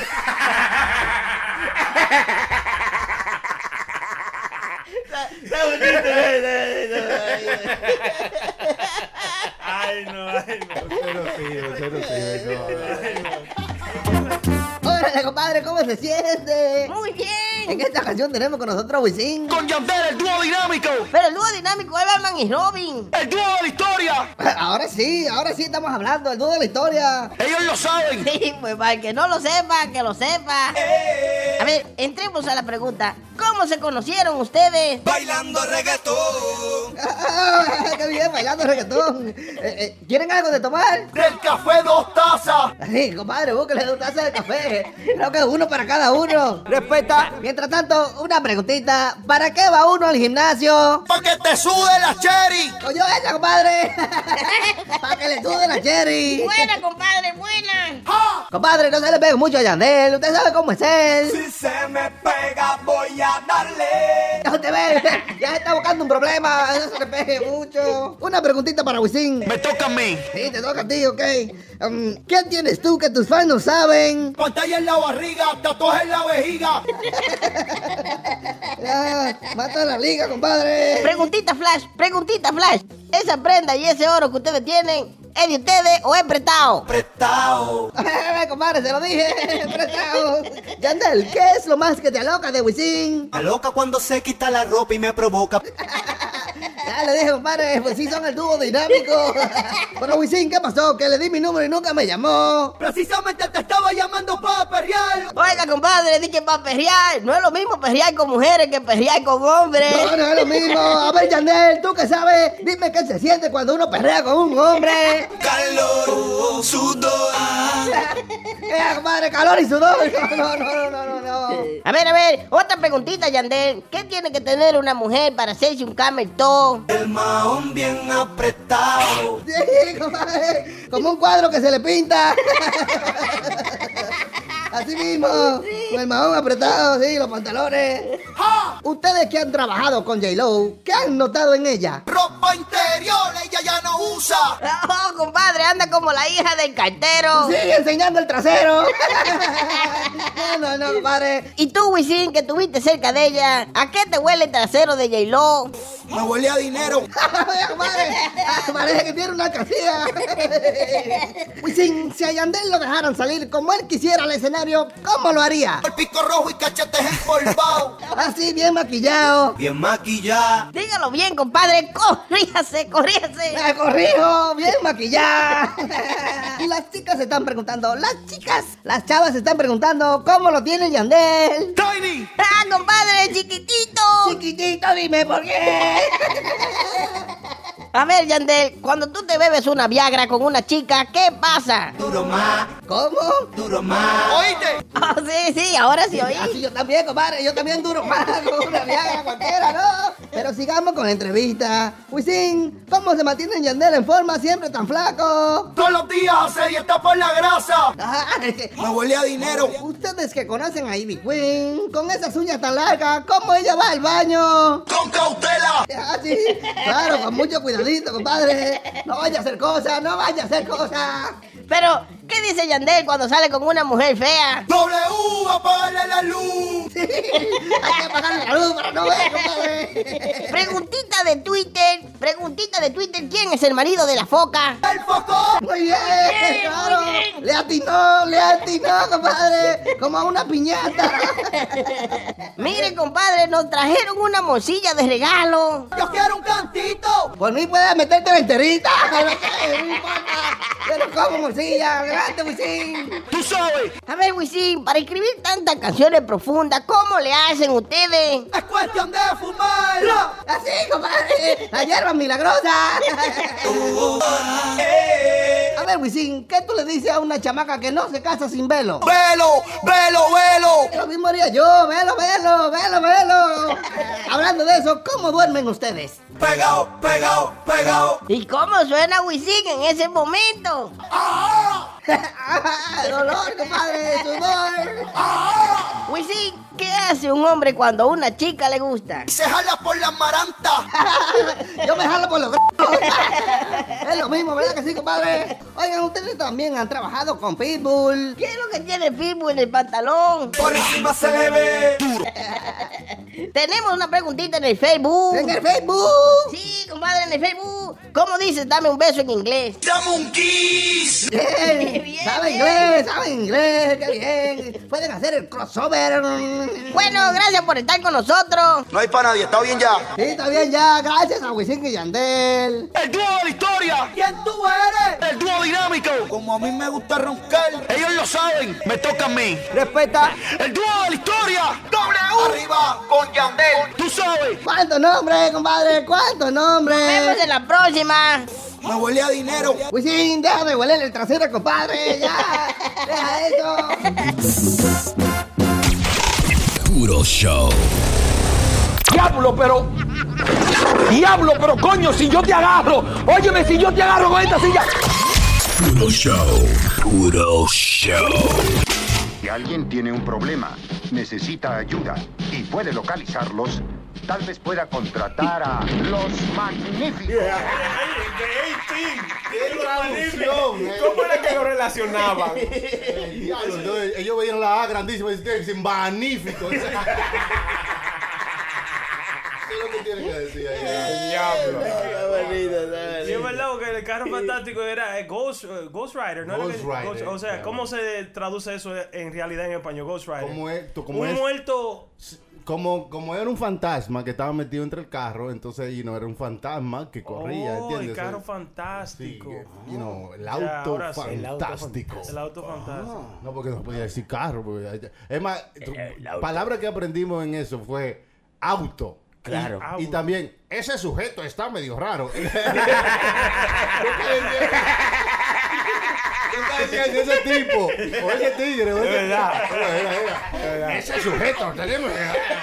Está bonito, ¿eh? Ay, no, ay, no. Usted no sirve, usted no sirve, no. Órale, compadre, ¿cómo se siente? Muy bien. En esta canción tenemos con nosotros a Wisin. Con Yandel, el dúo dinámico. Pero el dúo dinámico es Batman y Robin. El dúo de la historia. Ahora sí, ahora sí estamos hablando del dúo de la historia. Ellos lo saben. Sí, pues para el que no lo sepa, que lo sepa. A ver, entremos a la pregunta. ¿Cómo se conocieron ustedes? Bailando reggaetón. Ah, ¡Qué bien, bailando reggaetón! Eh, eh, ¿Quieren algo de tomar? Del café dos tazas. Sí, compadre, búsquele dos tazas de café. Creo que uno para cada uno. Respeta. Mientras tanto, una preguntita. ¿Para qué va uno al gimnasio? Pa' que te sude la cherry. Oye, esa, compadre. Para que le sude la cherry. Buena, compadre, buena. Compadre, no se le pegue mucho a Yandel. Usted sabe cómo es él. Si se me pega, voy a darle. Ya usted ve, ya está buscando un problema. No se le pegue mucho. Una preguntita para Wisin. Me toca a mí. Sí, te toca a ti, ok. Um, ¿Qué tienes tú que tus fans no saben? Pantalla en la barriga, tatuaje en la vejiga. Ya, mata la liga, compadre. Preguntita Flash, preguntita Flash. ¿Esa prenda y ese oro que ustedes tienen es de ustedes o es prestado? Prestado. Eh, compadre, se lo dije. Prestado. Yandel, ¿qué es lo más que te aloca de Wisin? Me loca cuando se quita la ropa y me provoca. Ya le dije, compadre, pues sí son el dúo dinámico. Pero Wisin, ¿qué pasó? Que le di mi número y nunca me llamó. Precisamente te estaba llamando para perrear. Oiga, compadre, di que para perrear. No es lo mismo perrear con mujeres que perrear con hombres. No, no es lo mismo. A ver, Yandel, ¿tú qué sabes? Dime qué se siente cuando uno perrea con un hombre. Calor, sudor. Eh, compadre, calor y sudor. No, no, no, no, no, no. A ver, a ver, otra preguntita, Yandel. ¿Qué tiene que tener una mujer para hacerse un camel toe? El mahón bien apretado. Sí, compadre, como un cuadro que se le pinta. Así mismo, con el mahón apretado, sí, los pantalones. Ustedes que han trabajado con J-Lo, ¿qué han notado en ella? Ropa interior, ella ya no usa. Oh, compadre, anda como la hija del cartero. Sigue enseñando el trasero. No, no, no, compadre. Y tú, Wisin, que estuviste cerca de ella, ¿a qué te huele el trasero de J-Lo? Me huele a dinero. Oye, compadre, ah, parece que tiene una alcancía. Wisin, si a Yandel lo dejaran salir como él quisiera al escenario, ¿cómo lo haría? El pico rojo y cachetes empolvados. Así, bien maquillado. Bien maquillada. Dígalo bien, compadre, corríjase, corríjase. Me corrijo, bien maquillada. Las chicas se están preguntando, las chicas, las chavas se están preguntando, ¿cómo lo tiene Yandel? Tiny. Ah, compadre, chiquitito. Chiquitito, dime por qué. A ver, Yandel, cuando tú te bebes una Viagra con una chica, ¿qué pasa? Duro más, ¿Cómo? duro más. ¿Oíste? Oh, sí, sí, ahora sí oí. Así yo también, compadre. Yo también duro más con una Viagra cualquiera, ¿no? Pero sigamos con la entrevista. Wisin, ¿cómo se mantiene Yandel en forma siempre tan flaco? Todos los días hace dieta por la grasa. Ah, es que- Me huele a dinero. Ustedes que conocen a Ivy Queen, con esas uñas tan largas, ¿cómo ella va al baño? Con cautela. Ah, sí, claro, con mucho cuidadito, compadre. No vaya a hacer cosas, no vaya a hacer cosas. Pero, ¿qué dice Yandel cuando sale con una mujer fea? W, apagarle la luz. Hay que apagarle la luz para no ver, compadre. Preguntita de Twitter, preguntita de Twitter, ¿quién es el marido de la foca? El foco. Muy bien, claro. Le atinó, le atinó, compadre. Como a una piñata. Mire, compadre, nos trajeron una morcilla de regalo. Yo quiero un cantito. Por mí puedes meterte la enterita. No sé, no importa. Pero como morcilla, grande, Wisin. Tú sabes. A ver, Wisin, para escribir tantas canciones profundas, ¿cómo le hacen ustedes? Es cuestión de fumar. Así, compadre. La hierba milagrosa. A ver, Wisin, ¿qué tú le dices a una chamaca que no se casa sin velo? Velo, velo, velo. Lo mismo haría yo. Velo, velo, velo, velo. Hablando de eso, ¿cómo duermen ustedes? Pegao, pegao, pegao. ¿Y cómo suena Wisin en ese momento? Dolor, compadre, sudor. Wisin, ¿qué hace un hombre cuando a una chica le gusta? Se jala por la maranta. Yo me jalo por los grandes. Es lo mismo, ¿verdad que sí, compadre? Oigan, ustedes también han trabajado con Pitbull. ¿Qué es lo que tiene Pitbull en el pantalón? Por encima se le ve. Tenemos una preguntita en el Facebook. ¿En el Facebook? Sí, compadre, en el Facebook. ¿Cómo dices dame un beso en inglés? Dame un kiss. Bien. Bien, ¿Sabe bien. inglés? ¿Sabe inglés? ¡Qué bien! Pueden hacer el crossover. Bueno, gracias por estar con nosotros. No hay para nadie, está bien ya. Sí, está bien ya. Gracias a Wisin y Yandel. El dúo de la historia. ¿Quién tú eres? El dúo dinámico. Como a mí me gusta roncar. Ellos lo saben, me toca a mí. Respeta. El dúo de la historia. W. Arriba con Yandel. Tú sabes. ¿Cuántos nombres, compadre? ¿Cuántos nombres? Nos vemos en la próxima. Me huele a dinero. Wisin, deja de hueler el trasero, compadre. Ya. Deja eso. Puro show. Diablo, pero. Diablo, pero coño, si yo te agarro. Óyeme, si yo te agarro con esta silla. Puro show. Puro show. Si alguien tiene un problema, necesita ayuda y puede localizarlos, tal vez pueda contratar a Los Magníficos. ¿Cómo era que lo relacionaban? Diablo, entonces, ellos veían la A grandísima y dicen magnífico. Eso es lo que tienen que decir ahí. Diablo. Sí, es verdad que el carro fantástico era eh, Ghost, eh, Ghost Rider, ¿no? Ghost Era que- Rider, Ghost- o sea, claro. ¿cómo se traduce eso en realidad en español? Ghost Rider. Como es, tú- como Un es- muerto. Como, como era un fantasma que estaba metido entre el carro, entonces you know, era un fantasma que corría, Oh, ¿entiendes? el carro Sí, fantástico. you know, el Ya, auto ahora sí. El auto fantástico. El auto fantástico. No, porque no podía decir carro. Porque, es más, palabra que aprendimos en eso fue auto. Claro. Y, y también, ese sujeto está medio raro. Ese tipo, o ese tigre, o ese, verdad. Mira, mira, mira. Ese sujeto, tenemos.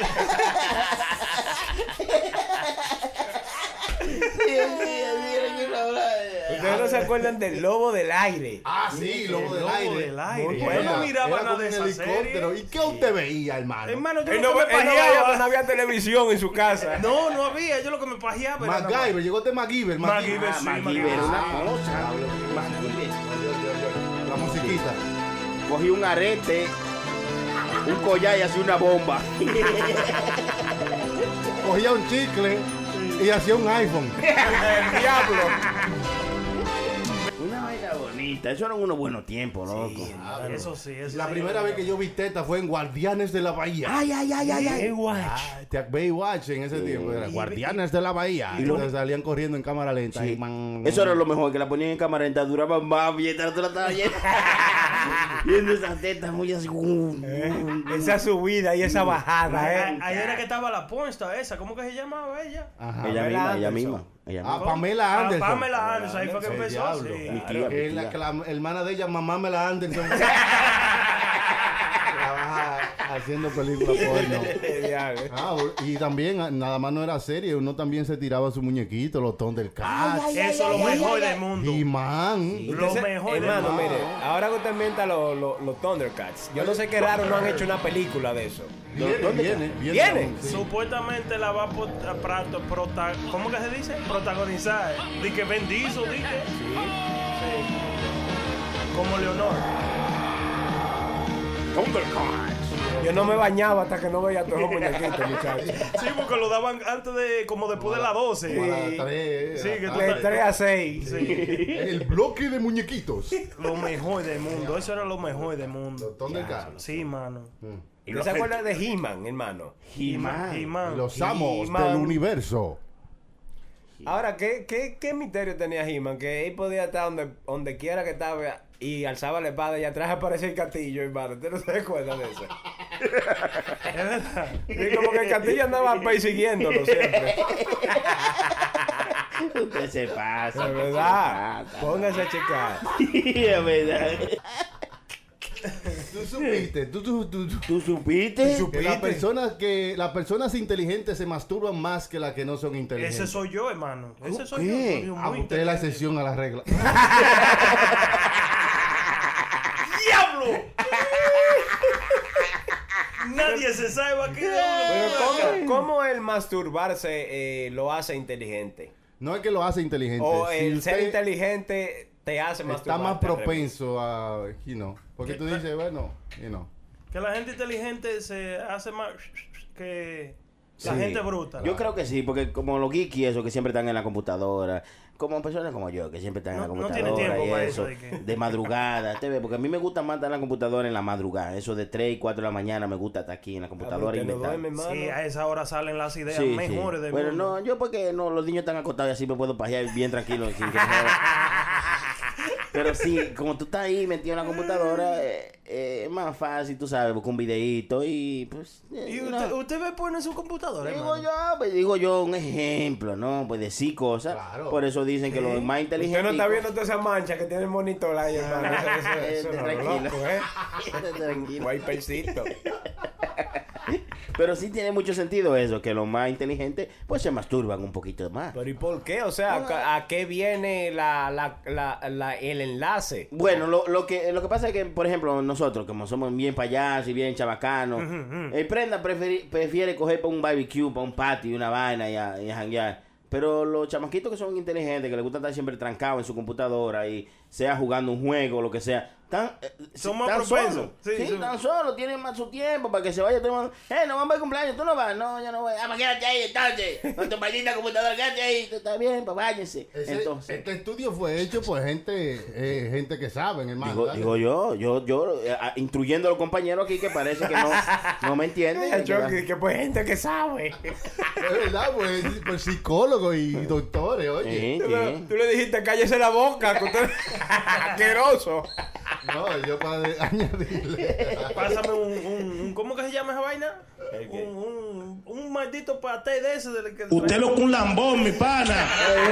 Ustedes no se acuerdan del lobo del aire. Ah, sí, lobo del Lobo aire. del aire. Muy Yo buena. no miraba Era nada con de un esa helicóptero. serie. ¿Y qué usted veía, hermano? Hermano, yo Él lo no, que me él no veía, pajeaba. porque no había televisión en su casa. No, no había. Yo lo que me pajeaba era. nada más. MacGyver, llegó de MacGyver. MacGyver, sí, MacGyver, una Ah, cosa. La musiquita. Cogí un arete, un collar y hacía una bomba. Cogía un chicle y hacía un iPhone. El diablo. Una vaina bonita. Eso eran unos buenos tiempos, loco. Eso sí, eso La sí. primera vez que yo vi teta fue en Guardianes de la Bahía. Ay, ay, ay, ay, ay. Baywatch. Te- Baywatch en ese tiempo era Guardianes de la Bahía. Y entonces salían corriendo en cámara lenta. Sí. Y man- Eso era lo mejor, que la ponían en cámara lenta, duraba más, mientras tú la estabas viendo. Viendo esas tetas muy así. Esa subida y esa bajada, Ahí ¿eh? ahí era que estaba la pornstar esa. ¿Cómo que se llamaba ella? Ajá. Ella Pamela misma, ella Anderson. misma. Ella Ah, no. Pamela Anderson. Ah, Pamela Anderson, ahí fue que El empezó. diablo. Sí. Mi tía, mi Eh, la, tía. que la hermana de ella, mamá Pamela Anderson. Trabaja haciendo películas porno. Ah, y también, ah, nada más no era serie, uno también se tiraba su muñequito, los Thundercats. Eso es lo mejor del mundo. He-Man. Lo mejor del Hermano, mundo. mire, ahora que usted inventa los los- los Thundercats, yo no sé qué raro no han hecho una película de eso. Viene, ¿Dónde viene, está? viene. ¿Viene? Sí. Supuestamente la va a pot- a prato- prota- ¿cómo que se dice? Protagonizar. Di que Vin Diesel, di que. Sí. Como Leonor. Yo no me bañaba hasta que no veía todos los muñequitos, muchachos. Sí, porque lo daban antes de, como después de las doce. Como a las tres, Sí, a que las tú De tres a seis. Sí. El bloque de muñequitos. Lo mejor del mundo. Eso era lo mejor del mundo. Los Thundercats. Sí, mano. ¿Y no se acuerda de He-Man, hermano? He-Man. He-Man. Los amos He-Man. del universo. Ahora, ¿qué, qué, qué misterio tenía He-Man? Que él podía estar donde, donde quiera que estaba y alzaba la espada y atrás aparecía el castillo, hermano. ¿Usted no se acuerda de eso? Es verdad. Y como que el castillo andaba persiguiéndolo siempre. Usted se pasa. De verdad. Póngase a checar. Sí, es verdad. Tú supiste, tú, tú, tú, tú- ¿Tú supiste? que las personas que las personas inteligentes se masturban más que las que no son inteligentes. Ese soy yo, hermano. Ese soy ¿Qué? yo. Soy Ah, muy usted es la inteligente. excepción a la regla. ¡Diablo! Nadie se sabe aquí de Pero uno. ¿cómo, cómo el masturbarse eh, lo hace inteligente? No es que lo hace inteligente. O si el ser usted inteligente te hace está masturbarte. más al revés. propenso a, you know, porque tú dices, bueno, you know. Que la gente inteligente se hace más que la Sí. gente bruta. Yo creo que sí, porque como los geeks y eso que siempre están en la computadora, como personas como yo que siempre están en la No- no tiene computadora tiempo y para eso, eso de que- de madrugada, te ve, porque a mí me gusta más estar en la computadora en la madrugada, eso de tres y cuatro de la mañana me gusta estar aquí en la computadora Usted no inventando. duerme, Sí, hermano. a esa hora salen las ideas Sí, mejores sí. del Bueno, mundo. no, yo porque no, los niños están acostados y así me puedo pasear bien tranquilo. sin que me- Pero sí, como tú estás ahí metido en la computadora, eh, eh, es más fácil, tú sabes, buscar un videíto y pues... eh, ¿Y no. usted, usted ve porno en su computadora, Digo hermano? yo, pues digo yo un ejemplo, ¿no? Pues decir cosas. Claro. Por eso dicen que los más inteligentes... Usted no está viendo toda esa mancha que tiene el monitor ahí, hermano. Eso, eso, eso, Este, no, tranquilo. loco, ¿eh? Tranquilo. Wipercito. Pero sí tiene mucho sentido eso, que los más inteligentes pues se masturban un poquito más. Pero ¿y por qué? O sea, ¿a, a qué viene la, la, la, la- el enlace? Bueno, lo, lo que lo que pasa es que, por ejemplo, nosotros, como somos bien payasos y bien chabacanos, el prenda preferi- prefiere coger para un barbecue, para un patio y una vaina y a, y a janguear. Pero los chamaquitos que son inteligentes, que les gusta estar siempre trancados en su computadora y sea jugando un juego o lo que sea, tan, eh, Son más tan propensos. solos. Sí, Sí, sí. tan solo, tienen más su tiempo para que se vaya tomando. Eh, no vamos al cumpleaños, tú no vas. No, yo no voy. Ah, pues quédate ahí entonces. Con tu maldita computadora, quédate ahí. Tú estás bien, pues váyanse. Ese- Entonces. este estudio fue hecho por gente eh, gente que saben, hermano. Digo, ¿vale? digo yo, yo, yo, eh, a- instruyendo a los compañeros aquí que parece que no, no me entienden. Que, que pues gente que sabe. Es verdad, pues, pues psicólogos y doctores, oye. Sí, Tú, sí. tú le dijiste, cállese la boca, que usted es asqueroso. No, yo para de- añadirle. Pásame un, un, un- ¿cómo que se llama esa vaina? Un, un, un maldito paté de ese del que... Usted lo que un lambón, mi pana.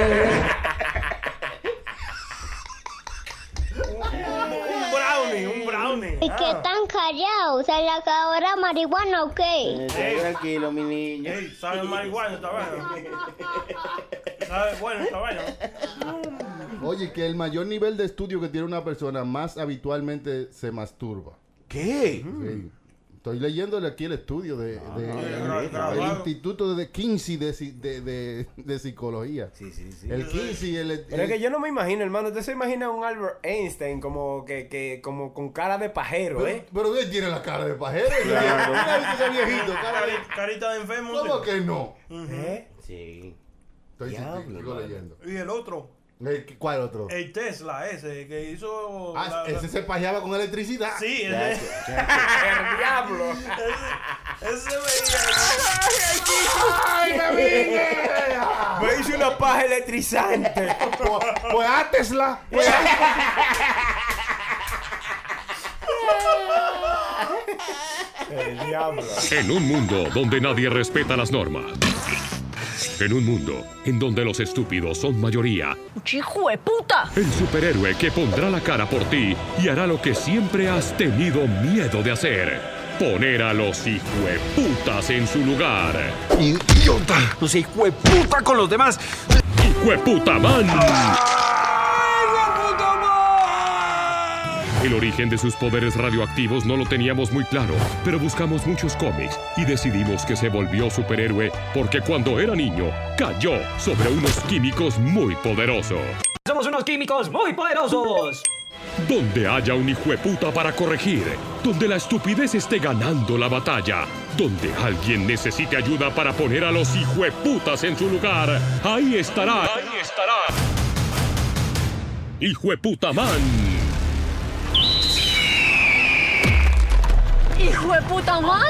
Un brownie, un brownie. ¿Y qué tan callados? ¿Se le acabó la marihuana o qué? Eh, tranquilo, mi niño. Ey, sabe marihuana esta vaina. Sabe bueno esta vaina. Oye, que el mayor nivel de estudio que tiene una persona más habitualmente se masturba. ¿Qué? Sí. Estoy leyéndole aquí el estudio de, de- gra- del grabado. Instituto de Kinsey de, ci- de, de, de Psicología. Sí, sí, sí. El Kinsey, el, el- Pero es que yo no me imagino, hermano. Usted se imagina un Albert Einstein como que, que como con cara de pajero, pero, ¿eh? pero él tiene la cara de pajero. Claro. Mira, ¿viste ese viejito? Cara de- Cari- Carita de enfermo. ¿Cómo que no? ¿Eh? Sí. Estoy Diablo, sigo mano. leyendo. Y el otro, El- ¿Cuál otro? el Tesla ese que hizo... Ah, la- la- ese se pajeaba con electricidad. Sí, Ya, ese, ya, ya. ¡El diablo! ese veía... ¡Ay, me vine! Me hice una paja electrizante. Pues, pues a Tesla. Pues El diablo. En un mundo donde nadie respeta las normas, En un mundo en donde los estúpidos son mayoría, ¡Hijo de puta! el superhéroe que pondrá la cara por ti y hará lo que siempre has tenido miedo de hacer: poner a los hijueputas en su lugar. ¡Idiota! ¡Los hijueputa con los demás! ¡Hijueputaman! El origen de sus poderes radioactivos no lo teníamos muy claro, pero buscamos muchos cómics y decidimos que se volvió superhéroe porque cuando era niño cayó sobre unos químicos muy poderosos. ¡Somos unos químicos muy poderosos! Donde haya un hijueputa para corregir, donde la estupidez esté ganando la batalla, donde alguien necesite ayuda para poner a los hijueputas en su lugar, ahí estará, ahí estará Hijueputaman. ¡Hijo de puta man!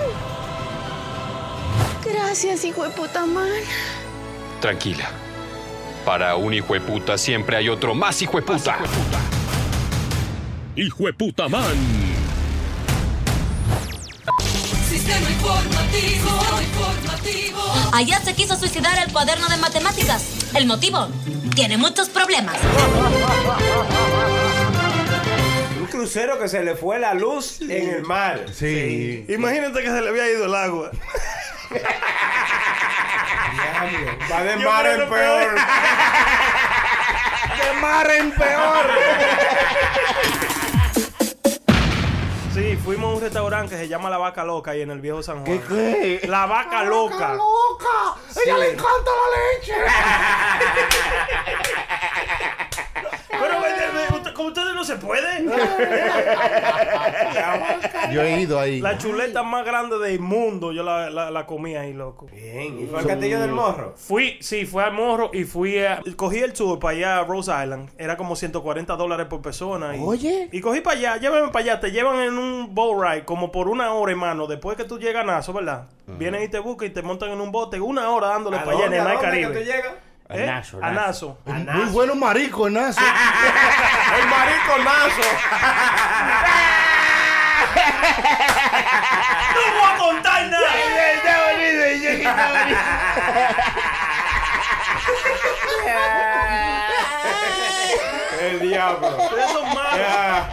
Gracias, hijo de puta man. Tranquila. Para un hijueputa siempre hay otro más hijueputa. Hijueputaman. Sistema informativo, informativo. Allá se quiso suicidar el cuaderno de matemáticas. El motivo: tiene muchos problemas. Un crucero que se le fue la luz en el mar. Sí. Sí. Imagínate que se le había ido el agua. Va de mar en peor. De mar en peor. Sí, fuimos a un restaurante que se llama La Vaca Loca ahí en el Viejo San Juan. ¿Qué? ¿Qué? La Vaca Loca. loca! Sí. ¡Ella le encanta la leche! Pero usted- con ustedes no se puede. Yo he ido ahí. La chuleta más grande del mundo, yo la, la, la comí ahí, loco. Bien, ¿y fue al Castillo del Morro? Fui, sí, fui al Morro y fui a, cogí el tour para allá a Rose Island. Era como ciento cuarenta dólares por persona. Y, Oye. Y cogí para allá, llévame para allá. Te llevan en un boat ride como por una hora, hermano. Después que tú llegas a Nassau, ¿verdad? Vienen y te buscan y te montan en un bote una hora dándole ¿A para allá en dónde, el a mar dónde Caribe. que tú llegas? ¿Eh? A Nassau, A Nassau. Nassau. Muy bueno marico, Nazo. El marico Nazo. ¡No voy a contar nada! Está bonito, está bonito. El diablo. Ustedes son malos.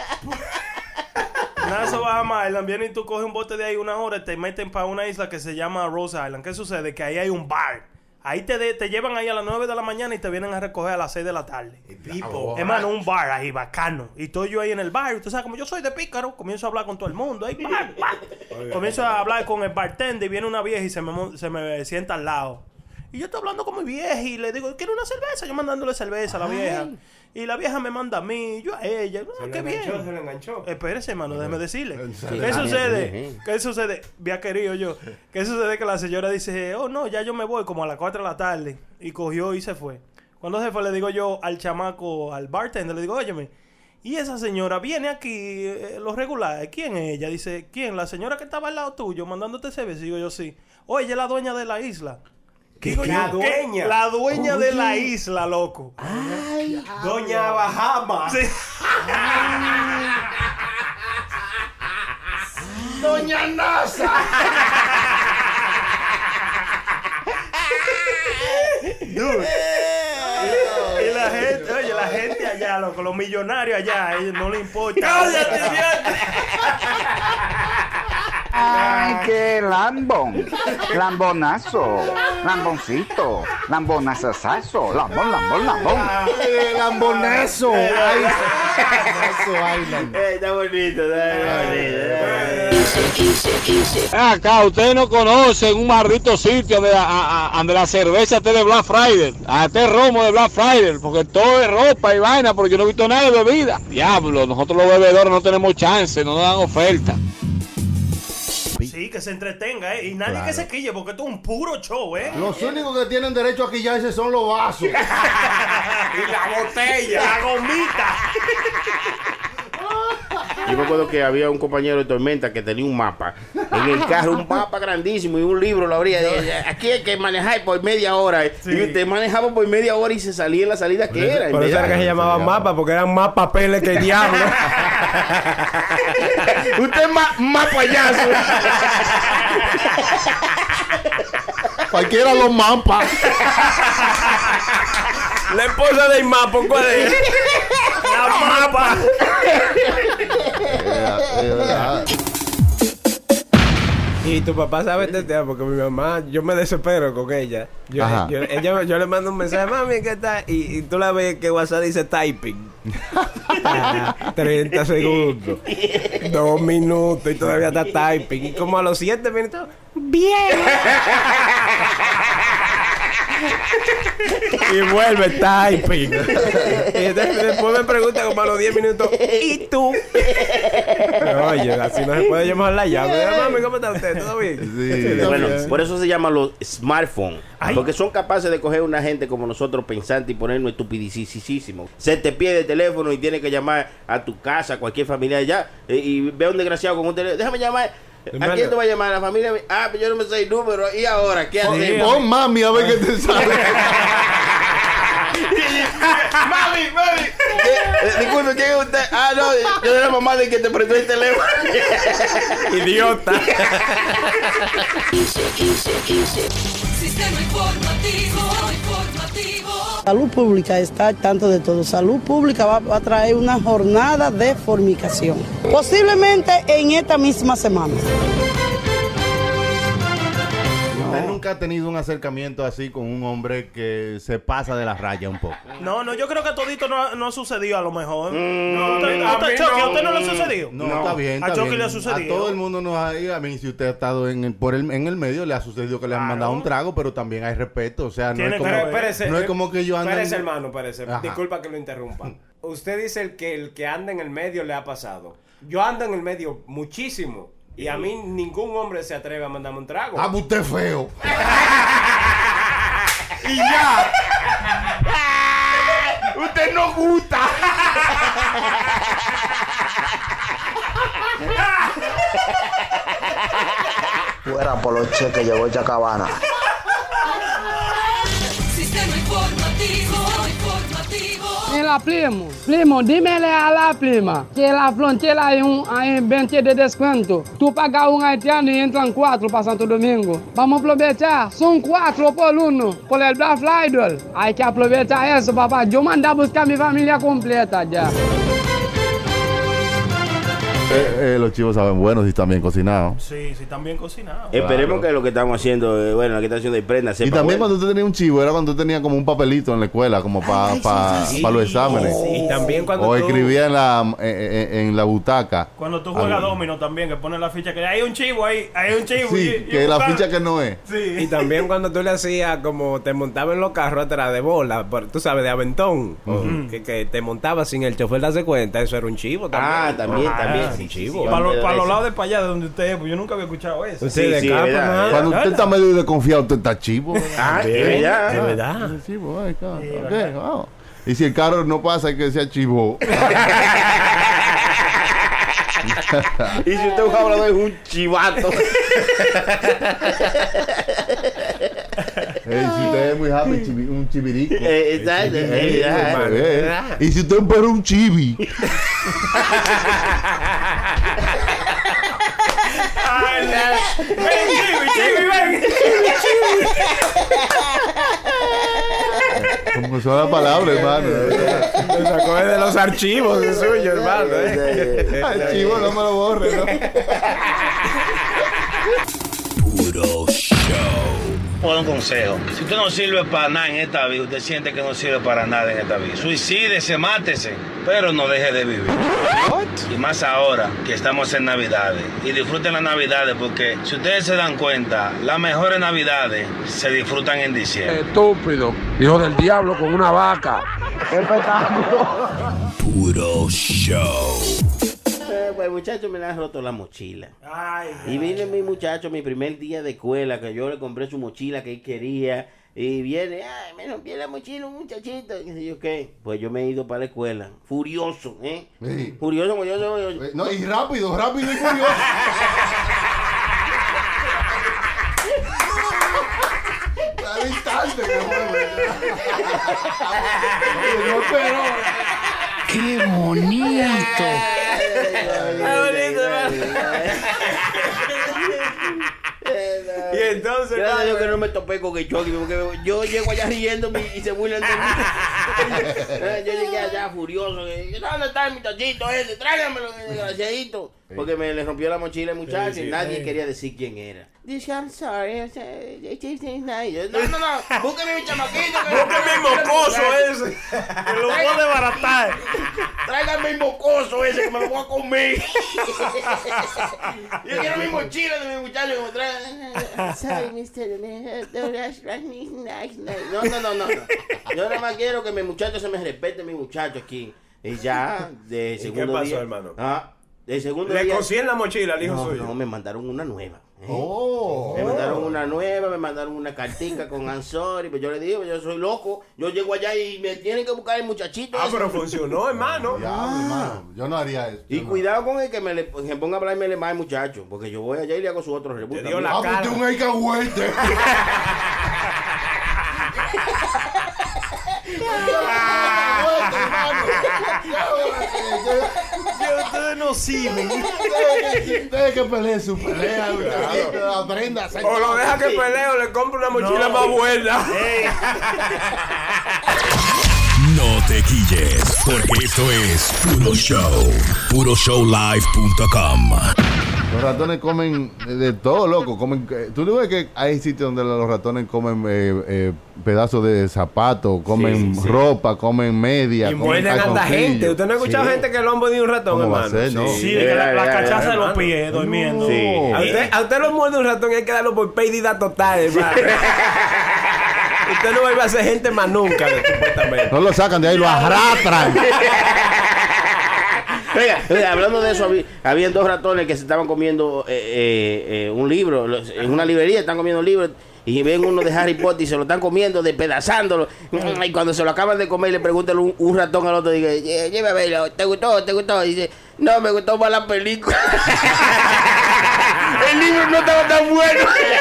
Nassau, Bahamas Island, viene y tú coges un bote de ahí una hora y te meten para una isla que se llama Rose Island. ¿Qué sucede? Que ahí hay un bar. Ahí te, de, te llevan ahí a las nueve de la mañana y te vienen a recoger a las seis de la tarde. Pipo. Hermano, un bar ahí bacano. Y estoy yo ahí en el bar. Y usted sabe, como yo soy de pícaro, comienzo a hablar con todo el mundo. Ahí, bar, bar. Comienzo a hablar con el bartender y viene una vieja y se me, mon- se me sienta al lado. Y yo estoy hablando con mi vieja y le digo, ¿quiere una cerveza? Yo mandándole cerveza a la vieja. Y la vieja me manda a mí, yo a ella. Ah, Se qué lo enganchó, bien. se lo enganchó. Espérese, hermano, déjeme decirle. Sí. ¿Qué Ah, sucede? bien, bien. ¿Qué sucede? Había querido yo. ¿Qué sucede? Que la señora dice, oh no, ya yo me voy como a las cuatro de la tarde. Y cogió y se fue. Cuando se fue, le digo yo al chamaco, al bartender, le digo, óyeme, y esa señora viene aquí, eh, los regulares, ¿quién es ella? Dice, ¿quién? La señora que estaba al lado tuyo mandándote cerveza. Digo yo, sí. Oye, ella es la dueña de la isla. Digo La yo, dueña. La dueña de la isla, loco. Ay, Doña Bahama. Sí. Doña NASA. Dude. Y la gente, oye, la gente allá, loco, los millonarios allá, a ellos no les importa. ¡Cállate, idiota! ¡Ay, qué lambón! Lambonazo, lamboncito, lambonazazazo, lambón, lambón, lambón. Eh, Lambonazo. Ay, Lambonazo Island. Eh, Está bonito, está bonito. Acá, ustedes no conocen un maldito sitio de, a, a, a- de la cerveza este de Black Friday. A este romo de Black Friday, porque todo es ropa y vaina, porque yo no he visto nada de bebida. Diablo, nosotros los bebedores no tenemos chance, no nos dan oferta. Sí, que se entretenga, ¿eh? Y nadie Claro. que se quille, porque esto es un puro show, ¿eh? Los únicos que tienen derecho a quillarse son los vasos. Y la botella. La gomita. Yo me acuerdo que había un compañero de Tormenta que tenía un mapa en el carro, un mapa grandísimo y un libro lo abría. Aquí hay que manejar por media hora. Sí. Y usted manejaba por media hora y se salía en la salida que era. Por eso era que se llamaban mapas, porque eran más papeles que el diablo. Usted es más, más payaso. Cualquiera los mampas. La esposa de Imapo, ¿cuál es? La mapa. Y tu papá sabe este tema porque mi mamá, yo me desespero con ella. Yo, yo, ella, yo le mando un mensaje, mami, ¿qué tal? Y, y tú la ves que WhatsApp dice typing. Ah, treinta segundos. Dos minutos y todavía está typing. Y como a los siete minutos, bien. Y vuelve typing. Y entonces después me pregunta como a los diez minutos, ¿y tú? Pero, oye, así no se puede llamar la llave. Mami, ¿cómo está usted? ¿Todo bien? Sí. Bueno, por eso se llaman los smartphones. Ay. Porque son capaces de coger una gente como nosotros pensante y ponernos estupidísimos. Se te pierde el teléfono y tienes que llamar a tu casa, a cualquier familia allá, y, y ve a un desgraciado con un teléfono. Déjame llamar. ¿A quién te va a llamar? ¿A la familia? Ah, pero yo no me sé el número. ¿Y ahora? ¿Qué hacemos? Sí, pon mami a ver qué te sale. Mami, mami. Eh, disculpe, ¿quién es usted? Ah, no, yo soy la mamá de que te prestó el teléfono. Idiota. Sistema informativo, informativo. Salud Pública está al tanto de todo. Salud Pública va, va a traer una jornada de formicación. Posiblemente en esta misma semana. ¿Usted nunca ha tenido un acercamiento así con un hombre que se pasa de la raya un poco? No, no, yo creo que a todito no, no ha sucedido a lo mejor. Mm, no, usted, a usted, mí Chucky, no. ¿a usted no le ha sucedido? No, no, está bien, está a Chucky bien. le ha sucedido. A todo el mundo nos ha ido. A mí, si usted ha estado en el, por el, en el medio, le ha sucedido que le han Claro. mandado un trago, pero también hay respeto. O sea, no Tiene es como, que- espérese, no es como que yo ando... Espérese, hermano, espérese. Ajá. Disculpa que lo interrumpa. Usted dice el que el que anda en el medio le ha pasado. Yo ando en el medio muchísimo. Y a mí ningún hombre se atreve a mandarme un trago. Ah, pues usted es feo. Y ya. Usted no gusta. Fuera por los cheques, llegó Chacabana. Sistema informativo, informativo. En la primo, primo, dímele a la prima que la frontera hay un hay veinte de descuento. Tú pagas un haitiano y entran cuatro para Santo Domingo. Vamos a aprovechar, son cuatro por uno, por el Black Friday. Hay que aprovechar eso, papá. Yo mandé a buscar mi familia completa ya. Eh, eh, los chivos saben buenos y también cocinados. Sí, sí, también cocinado. Esperemos Claro. que lo que estamos haciendo, eh, bueno, la que está haciendo de prenda, Y sepa también bueno. cuando usted tenía un chivo, era cuando usted tenía como un papelito en la escuela, como para pa, sí, sí. pa los exámenes. Y también cuando O tú- escribía en la, en, en- en la butaca. Cuando tú juegas Algo. domino también, que pones la ficha que hay un chivo ahí, hay un chivo. Sí, y- y que la buscar- ficha que no es. Sí. Y también cuando tú le hacías como te montabas en los carros atrás de bola, por- tú sabes, de aventón, o Ujú. que, que te montabas sin el chofer darse cuenta, eso era un chivo también. Ah, también, Ah, también, un sí, sí, chivo. sí. Para, lo- para los Eso. lados de para allá de donde usted es, pues yo nunca había escuchado eso. Sí, de sí, campo, verdad, man. Cuando usted está medio desconfiado, usted está chivo. Ah, Bien, es verdad. de verdad. Chivo, ay, claro. Ok, vamos. Y si el carro no pasa, hay que sea chivo. Y si usted es un hablador, es un chivato. Eh, si usted es muy happy, chivi- un chivirico. Eh, exacto, Eh, eh, eh, ah, eh. Y si usted es un perro, un chivi. Ay, la- ven, chivi, chivi, ven. Como son las palabras, hermano. Lo sacó de los archivos de suyo, hermano. ¿eh? Al chivo no me lo borre, ¿no? Puro show. Por un consejo. Si usted no sirve para nada en esta vida, usted siente que no sirve para nada en esta vida. Suicídese, mátese, pero no deje de vivir. Y más ahora que estamos en Navidades. Y disfruten las Navidades porque si ustedes se dan cuenta, las mejores Navidades se disfrutan en diciembre. Estúpido, hijo del diablo con una vaca. Espectáculo. Puro show. Eh, pues el muchacho me le ha roto la mochila. Ay, Y vino mi muchacho mi primer día de escuela, que yo le compré su mochila que él quería. Y viene, ay, me rompió la mochila un muchachito. Y dice yo, ¿qué? Pues yo me he ido para la escuela. Furioso, ¿eh? Sí. Furioso, furioso. furioso. Eh, No, y rápido, rápido y furioso. Al instante, mi hermano. No esperó. ¡Qué bonito! Y Entonces, gracias a Dios que no me topé con el Chucky, porque yo llego allá riéndome y se burlan de mí. Yo llegué allá furioso. ¿Dónde está el muchachito ese? Tráigamelo, desgraciadito. Porque me le rompió la mochila al muchacho y nadie quería decir quién era. Dice, I'm sorry. No, no, no. Búsqueme mi chamaquito. Búsqueme mi mocoso ese. Que lo voy a desbaratar. Tráigame mi mocoso ese que me lo voy a comer. Yo quiero mi mochila de mi muchacho que me trae. Sorry, mister. No, no, no, no. Yo nada más quiero que mi muchacho se me respete, mi muchacho aquí. Y ya, de segundo ¿Y qué pasó, día, hermano? Ah, de segundo Le día. cosí la mochila al hijo no, suyo. No, me mandaron una nueva. ¿eh? Oh. Me mandaron una nueva, me mandaron una cartica con I'm sorry, pero yo le digo, yo soy loco. Yo llego allá y me tienen que buscar el muchachito. Ah, ese. pero funcionó, hermano. Ya, hermano. Yo no haría eso. Y cuidado con el que me le que ponga a hablarme más al muchacho, porque yo voy allá y le hago su otro rebuto. Te dio la Ah, cara. pues tú un alcahuete. Ustedes no sirven. Ustedes que peleen su pelea. Aprenda a hacer. O lo deja que pelee o le compra una mochila más buena. No te quilles, porque esto es Puro Show. puro show live punto com. Los ratones comen de todo, loco. Comen, eh, tú ves que hay sitios donde los ratones comen eh, eh, pedazos de zapatos, comen Sí, sí. ropa, comen media. Y comen muerden a la calzoncillos. gente. ¿Usted no ha escuchado Sí. gente que lo han mordido un ratón, ¿Cómo va a hermano? ser, no? Sí, de que la, la cachaza de los pies, durmiendo. Sí. A usted, a usted lo muerde un ratón y hay que darlo por pérdida total, hermano. Usted no vuelve a ser gente más nunca, supuestamente. No lo sacan de ahí, lo arrastran. Oiga, oiga, hablando de eso, había, habían dos ratones que se estaban comiendo eh, eh, eh, un libro, los- en una librería están comiendo un libro y ven uno de Harry Potter y se lo están comiendo, despedazándolo. Y cuando se lo acaban de comer le preguntan un, un ratón al otro, y dice, llévame a verlo, ¿te gustó? ¿Te gustó? Y dice, no, me gustó más la película. El libro no estaba tan bueno.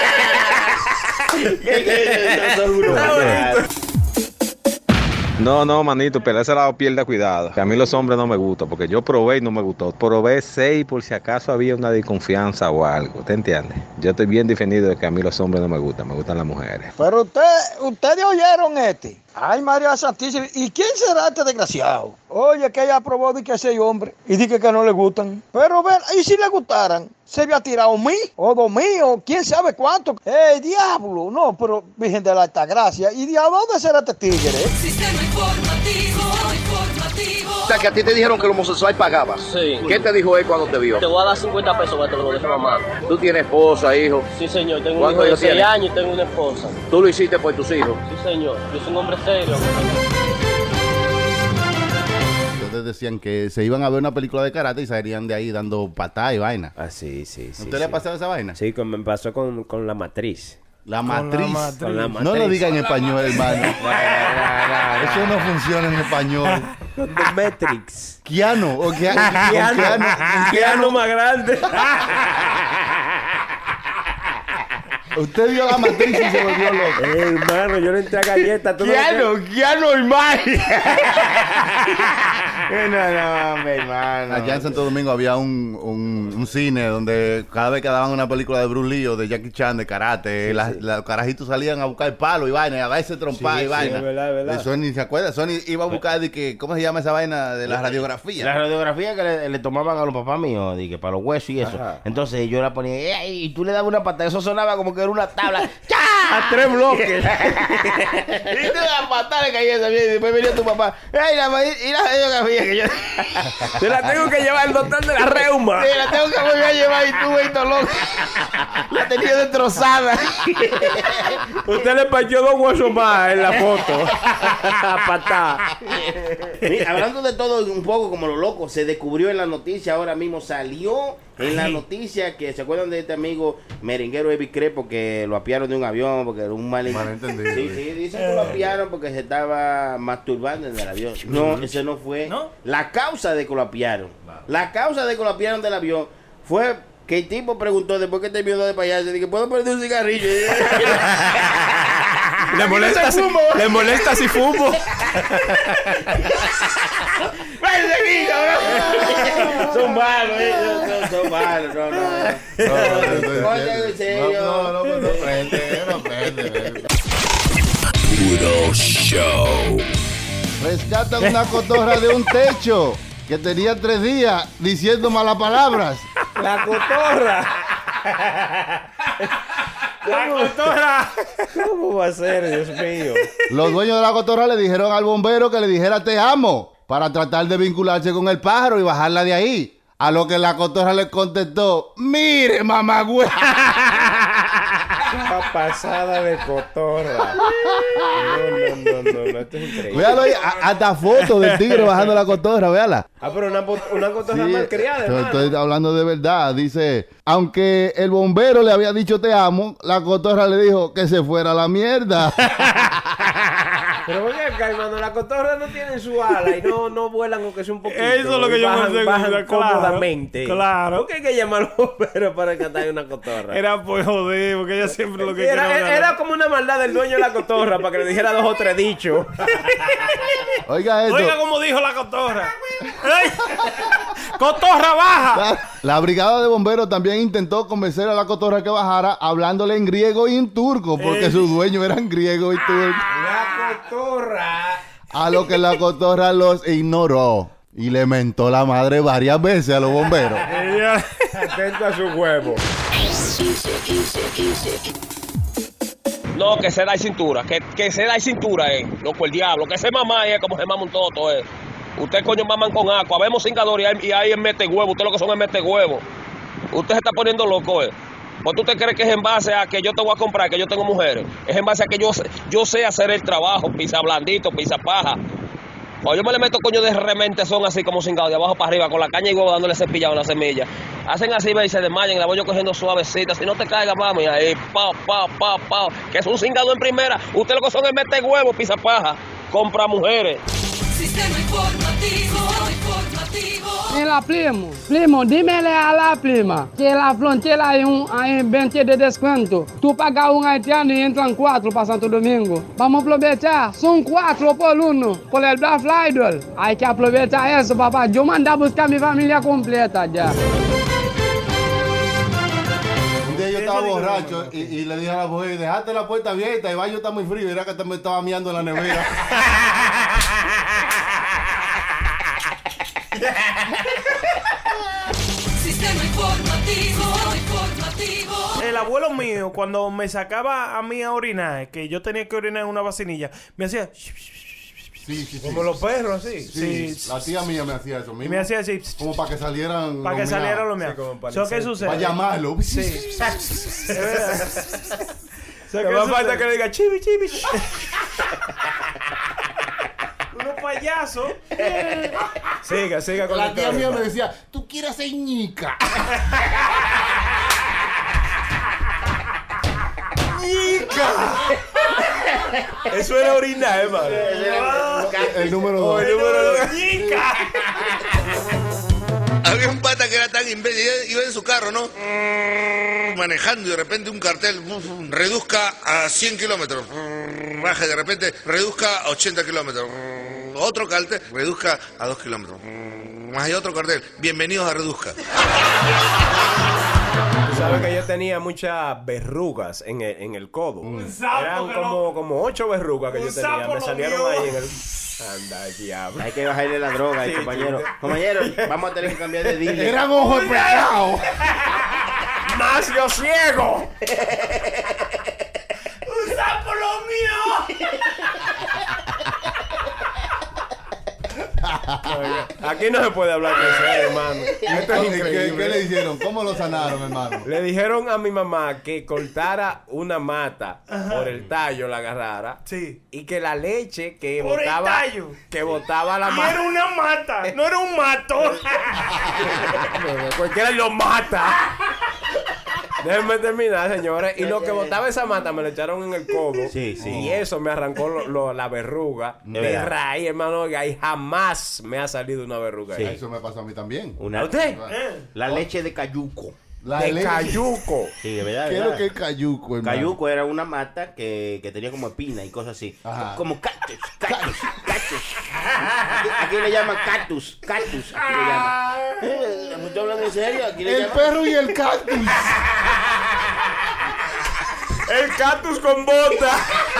Son unos malos. No, no, manito, pero ese lado pierda cuidado. Que a mí los hombres no me gustan, porque yo probé y no me gustó. Probé seis por si acaso había una desconfianza o algo. ¿Te entiendes? Yo estoy bien definido de que a mí los hombres no me gustan, me gustan las mujeres. Pero usted, ustedes oyeron este. Ay, María Santísima. ¿Y quién será este desgraciado? Oye, que ella probó de que seis hombres y dije que no le gustan. Pero ven, ¿y si le gustaran? ¿Se había tirado mí? ¿O dos míos? ¿Quién sabe cuánto? ¡Eh, diablo! No, pero Virgen de la Altagracia. ¿Y de a dónde será este tigre? Eh? Sistema informativo, informativo. O sea, que a ti te dijeron que el homosexual pagaba. Sí. ¿Qué te dijo él cuando te vio? Te voy a dar cincuenta pesos para que te lo deje mamá. Tú tienes esposa, hijo. Sí, señor. Tengo un ¿Cuántos hijo de años seis tienes? años y tengo una esposa. Tú lo hiciste por tus hijos. Sí, señor. Yo soy un hombre serio. Ustedes decían que se iban a ver una película de karate y salían de ahí dando patada y vaina. Ah, sí, sí, sí. ¿Usted sí. le ha pasado esa vaina? Sí, con- me pasó con, con la matriz. La Con matriz. la matriz. Con la No lo matriz. diga en español, hermano. Eso no funciona en español. The Matrix. Keanu. O Keanu. Keanu. Keanu. Keanu más grande. Usted vio la matriz y se volvió loco. Eh, hermano, yo le entré a galletas. ¿tú no Keanu, ves? Keanu el mal. No, no, hombre, hermano. Allá en Santo Domingo había un, un, un cine donde cada vez que daban una película de Bruce Lee o de Jackie Chan de karate, Sí, las- sí. los carajitos salían a buscar palo y vaina, y a darse trompa Sí, y sí, vaina. es verdad, es verdad. De Sony, ¿se acuerda? Sony iba a buscar de que, ¿cómo se llama esa vaina? De la radiografía. La radiografía que le, le tomaban a los papás míos, dije, para los huesos y eso. Ajá. Entonces yo la ponía, "Ey", y tú le dabas una patada, eso sonaba como que era una tabla. ¡Cha! A tres bloques. Y tú la patada le caía también, y después venía tu papá. ¡Ey, la, ma- y la radiografía que yo! Te la tengo que llevar al doctor de la reuma. Sí, la tengo que volver a llevar y tú, güey, todo loco. La tenía destrozada. Usted le partió dos huesos más en la foto. Patá. Mira, hablando de todo un poco como lo loco, se descubrió en la noticia, ahora mismo salió en la noticia que se acuerdan de este amigo merenguero Evi Crepo que lo apiaron de un avión porque era un mal Malentendido. Sí, sí, dicen que lo apiaron porque se estaba masturbando en el avión. No, ese no fue. La causa de que lo apiaron. La causa de que lo apiaron del avión fue que el tipo preguntó después que terminó de payaso, dije, ¿puedo perder un cigarrillo? No, Le molesta, si, le molesta si fumo. Son malos, eh. Son, son malos, no, no. No, no, no, no prende, no prende. Puro show. Rescatan una cotorra de un techo que tenía tres días diciendo malas palabras. La cotorra. La cotorra. ¿Cómo va a ser, Dios mío? Los dueños de la cotorra le dijeron al bombero que le dijera te amo para tratar de vincularse con el pájaro y bajarla de ahí. A lo que la cotorra le contestó, mire mamá güey. Una pasada de cotorra. No, no, no, no, no, esto es increíble. Véalo ahí, a- hasta fotos del tigre bajando la cotorra, véala. Ah, pero una, po- una cotorra Sí, malcriada, estoy, hermano. estoy hablando de verdad. Dice, aunque el bombero le había dicho te amo, la cotorra le dijo que se fuera a la mierda. Pero ven acá, hermano, las cotorras no tienen su ala y no, no vuelan aunque sea un poquito. Eso es lo que yo bajan, pensé, bajan claro, cómodamente. claro. ¿Por qué hay que llamar a los bomberos para rescatar una cotorra? Era por joder, porque ella siempre lo que era, quiere era, hablar. era como una maldad del dueño de la cotorra para que le dijera dos o tres dichos. Oiga esto. Oiga como dijo la cotorra. ¡Ey! ¡Cotorra baja! La, la brigada de bomberos también intentó convencer a la cotorra que bajara hablándole en griego y en turco, porque Eh. sus dueños eran griego y turco. La cotorra. A lo que la cotorra los ignoró y le mentó la madre varias veces a los bomberos. Ella- Atento a su huevo. No, que se da y cintura, que, que se da y cintura, eh. Loco, el diablo, que se mamá es como se mama un toto, eh. Usted, coño, maman con agua. Vemos cingadores y ahí- y ahí es mete huevo. Usted lo que son es mete huevo. Usted se está poniendo loco, eh. ¿O tú te crees que es en base a que yo te voy a comprar, que yo tengo mujeres? Es en base a que yo, sé- yo sé hacer el trabajo, pisa blandito, pisa paja. O yo me le meto coño de remente, son así como cingado, de abajo para arriba, con la caña y huevo dándole cepillado a la semilla. Hacen así, ve, y se desmayan, la voy yo cogiendo suavecita. Si no te caigas, mami, ahí, pa, pa, pa, pa. Que es un cingado en primera. Usted lo que son es meter huevo, pisa paja. Compra mujeres. Sistema informativo, informativo. Mira, primo, primo, dímele a la prima que la frontera hay un hay veinte de descuento. Tú pagas un haitiano y entran cuatro para Santo Domingo. Vamos a aprovechar, son cuatro por uno, por el Black Friday. Hay que aprovechar eso, papá. Yo mandé a buscar mi familia completa ya. Un día yo estaba borracho y, y le dije a la mujer, dejaste la puerta abierta, el baño está muy frío, y era que me estaba miando en la nevera. Sistema informativo, informativo. El abuelo mío, cuando me sacaba a mí a orinar, que yo tenía que orinar en una vacinilla, me hacía... Sí, sí, Como los perros, así. Sí, Sí. la tía mía me hacía eso mismo. Me hacía así. Como para que salieran Para que los salieran los meados. meados. ¿So qué sucede? Para llamarlo. Sí. Es verdad. So, Te ¿qué va a falta sucede? que le diga chibi, chibi. Unos payasos. Siga, siga con La tía historia. mía me decía, tú quieres ser ñica. Eso era orinar, hermano. El número dos. El número dos. Había un pata que era tan imbécil, iba en su carro, ¿no? Manejando y de repente un cartel, reduzca a cien kilómetros, baje de repente, reduzca a ochenta kilómetros, otro cartel, reduzca a dos kilómetros, más hay otro cartel, bienvenidos a Reduzca. Tú sabes que yo tenía muchas verrugas en el, en el codo. sapo Eran que como, lo- como ocho verrugas que un yo tenía. sapo Me lo salieron vio. ahí en el... Anda, diablo. Hay que bajarle la droga, Sí, compañero. sí. Compañero, vamos a tener que cambiar de dealer. Eran ojos esperados. ¡Nació ciego! ¡Un sapo lo mío! Aquí no se puede hablar de eso, hermano. Esto es ¿Qué, qué le increíble. hicieron? ¿Cómo lo sanaron, hermano? Le dijeron a mi mamá que cortara una mata por el tallo, la agarrara. Sí. Y que la leche que Por el botaba. tallo. Que botaba la Y mata. era una mata, no era un mato. Cualquiera lo mata. Déjenme terminar, señores. Y lo que botaba esa mata me lo echaron en el codo. Sí, sí. Y eso me arrancó lo- lo- la verruga de verdad. raíz, hermano. Y ahí jamás me ha salido una verruga. Sí. ahí. Eso me pasó a mí también. Una, ¿A usted? La leche de cayuco. La de leche. cayuco. Sí, de verdad. ¿Qué es verdad. lo que es cayuco, hermano? Cayuco era una mata que, que tenía como espina y cosas así. Ajá. Como cactus, cactus, cactus. Aquí, aquí le llaman cactus, cactus. Aquí le llaman. Eh, ¿me estoy hablando en serio? Aquí le El llaman. perro y el cactus. El cactus con bota.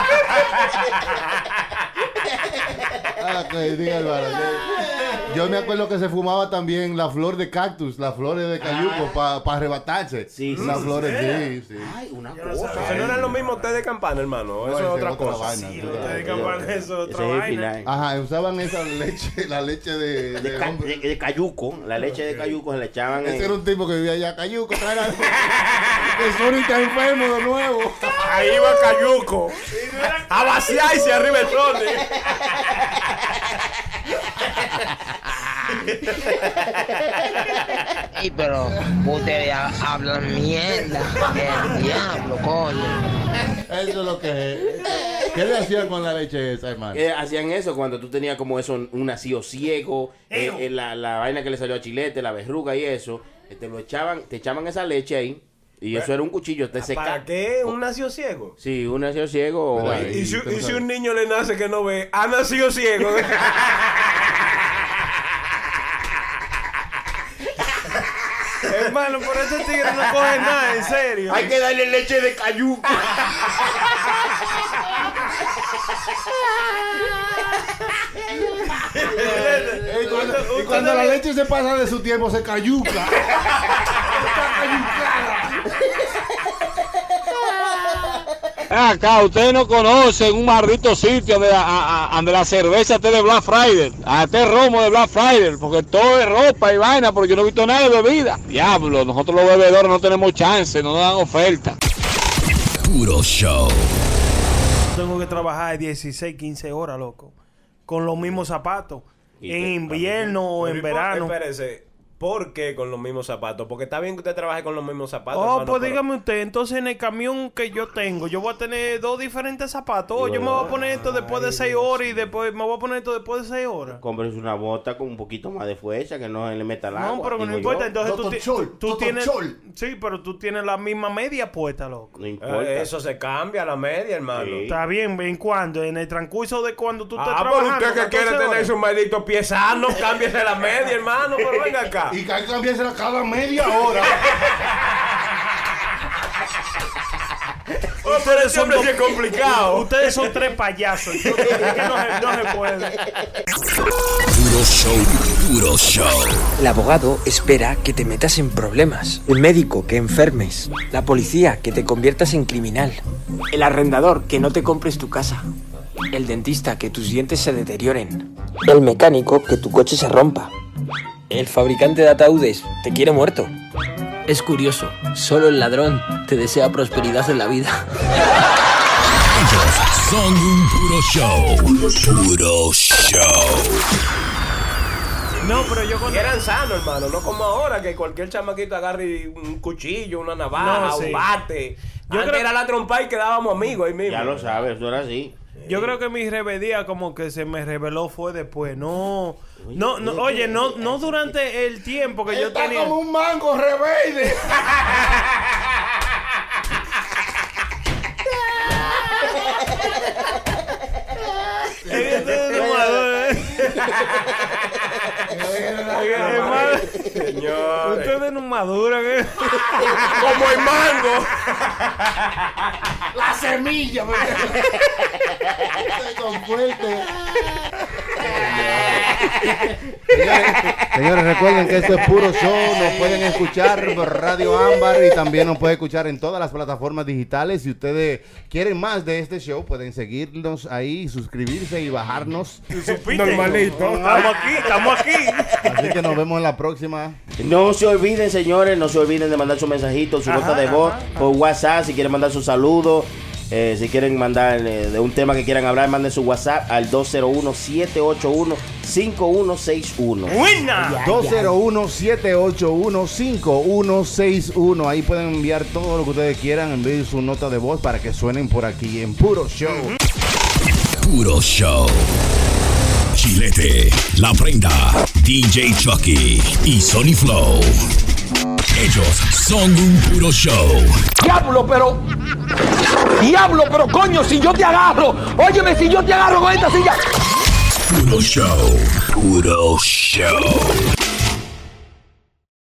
Ah, ok, diga Álvaro. Yo me acuerdo que se fumaba también la flor de cactus, las flores de cayuco para pa arrebatarse. Sí, sí, Las sí, flores, sí. sí, sí. Ay, una Eso cosa. no eran los mismos té de campana, hermano. Eso No, es ese otra es otra cosa. vaina, Sí, otra los té de vaina. campana, eso es otra Ese es el vaina. final. Ajá, usaban esa leche, la leche de, De, de ca- hombre. de- de cayuco, la leche de cayuco se le echaban Ese en... era un tipo que vivía allá, cayuco, trae la... Que Sony está enfermo de nuevo. Ahí va cayuco. A vaciarse arriba el tronde. Ey, pero ustedes ha- hablan mierda. El diablo, coño. Eso es lo que es. ¿Qué le hacían con la leche esa, hermano? Eh, hacían eso cuando tú tenías como eso, un nacido ciego, eh, eh, la, la vaina que le salió a Chilete, la verruga y eso, eh, te lo echaban, te echaban esa leche ahí, y eso era un cuchillo, te secaba. ¿Para qué? ¿Un nació ciego? Sí, un nacido ciego. o- Pero ahí- Y si, usted no y si sabe. un niño le nace que no ve, ha nacido ciego. Hermano, por este tigre no coge nada, en serio. Hay que darle leche de cayuco. Y cuando, y cuando la leche se pasa de su tiempo, se cayuca. Está cayucada. Acá, ustedes no conocen un maldito sitio de, a, a, a- de la cerveza este de Black Friday. A este romo de Black Friday. Porque todo es ropa y vaina, porque yo no he visto nada de bebida. Diablo, nosotros los bebedores no tenemos chance, no nos dan oferta. Puro show. Tengo que trabajar dieciséis, quince horas, loco. Con los mismos zapatos. En invierno o en Pero, ¿y por- verano. Espérese, ¿por qué con los mismos zapatos? Porque está bien que usted trabaje con los mismos zapatos. Oh, hermano, pues pero- dígame usted, entonces en el camión que yo tengo, yo voy a tener dos diferentes zapatos. Oh, yo me voy a poner esto después de seis horas y después me voy a poner esto después de seis horas. Cómprese una bota con un poquito más de fuerza, que no se le meta el agua. No, pero que no digo importa. yo. Entonces tú, Doctor ti- Chol, tú- tú Doctor tienes. Chol. Sí, pero tú tienes la misma media puesta, loco. No importa. Eh, eso se cambia a la media, hermano. Sí. Está bien, ¿en cuándo? En el transcurso de cuando tú estés Ah, pero trabajando. usted que quiere catorce tener horas. su maldito pie sano, cámbiese la media, hermano, pero venga acá. Y que hay que cambiársela cada media hora. Oh, pero ese hombre sí es complicado. Ustedes son tres payasos. Yo- es que no se, no se puede. Puro show. Puro show. El abogado espera que te metas en problemas. El médico que enfermes. La policía que te conviertas en criminal. El arrendador que no te compres tu casa. El dentista que tus dientes se deterioren. El mecánico que tu coche se rompa. El fabricante de ataúdes te quiere muerto. Es curioso, solo el ladrón te desea prosperidad en la vida. Ellos son un puro show. Puro show. No, pero yo Y cuando... eran sanos, hermano, no como ahora que cualquier chamaquito agarre un cuchillo, una navaja, No, sí. un bate. Yo Antes creo- era la trompa y quedábamos amigos ahí mismo. Ya lo sabes, eso era así. Yo creo que mi rebeldía como que se me reveló fue después. No, no, no oye, no, no durante el tiempo que yo Está tenía. como un mango rebelde. Es que ustedes no maduran, ¿eh? Hermano, Señores. ustedes no maduran, ¿eh? Como el mango. La semilla. Con fuerte. Señores, señores, recuerden que esto es Puro Show. Nos pueden escuchar por Radio Ámbar y también nos pueden escuchar en todas las plataformas digitales. Si ustedes quieren más de este show, pueden seguirnos ahí, suscribirse y bajarnos. Normalito. Estamos aquí, estamos aquí. Así que nos vemos en la próxima. No se olviden, señores, no se olviden de mandar su mensajito, su Ajá, nota de voz ajá, por WhatsApp, si quieren mandar su saludo, eh, si quieren mandar eh, de un tema que quieran hablar, manden su WhatsApp al dos cero uno, siete ocho uno, cinco uno seis uno. ¡Buena! dos cero uno, siete ocho uno, cinco uno seis uno. Ahí pueden enviar todo lo que ustedes quieran, envíen su nota de voz para que suenen por aquí en Puro Show. Puro show. Chilete, La Prenda, D J Chucky y Sony Flow. Ellos son un puro show. Diablo, pero. Diablo, pero coño, si yo te agarro. Óyeme, si yo te agarro con esta silla. Puro show. Puro show.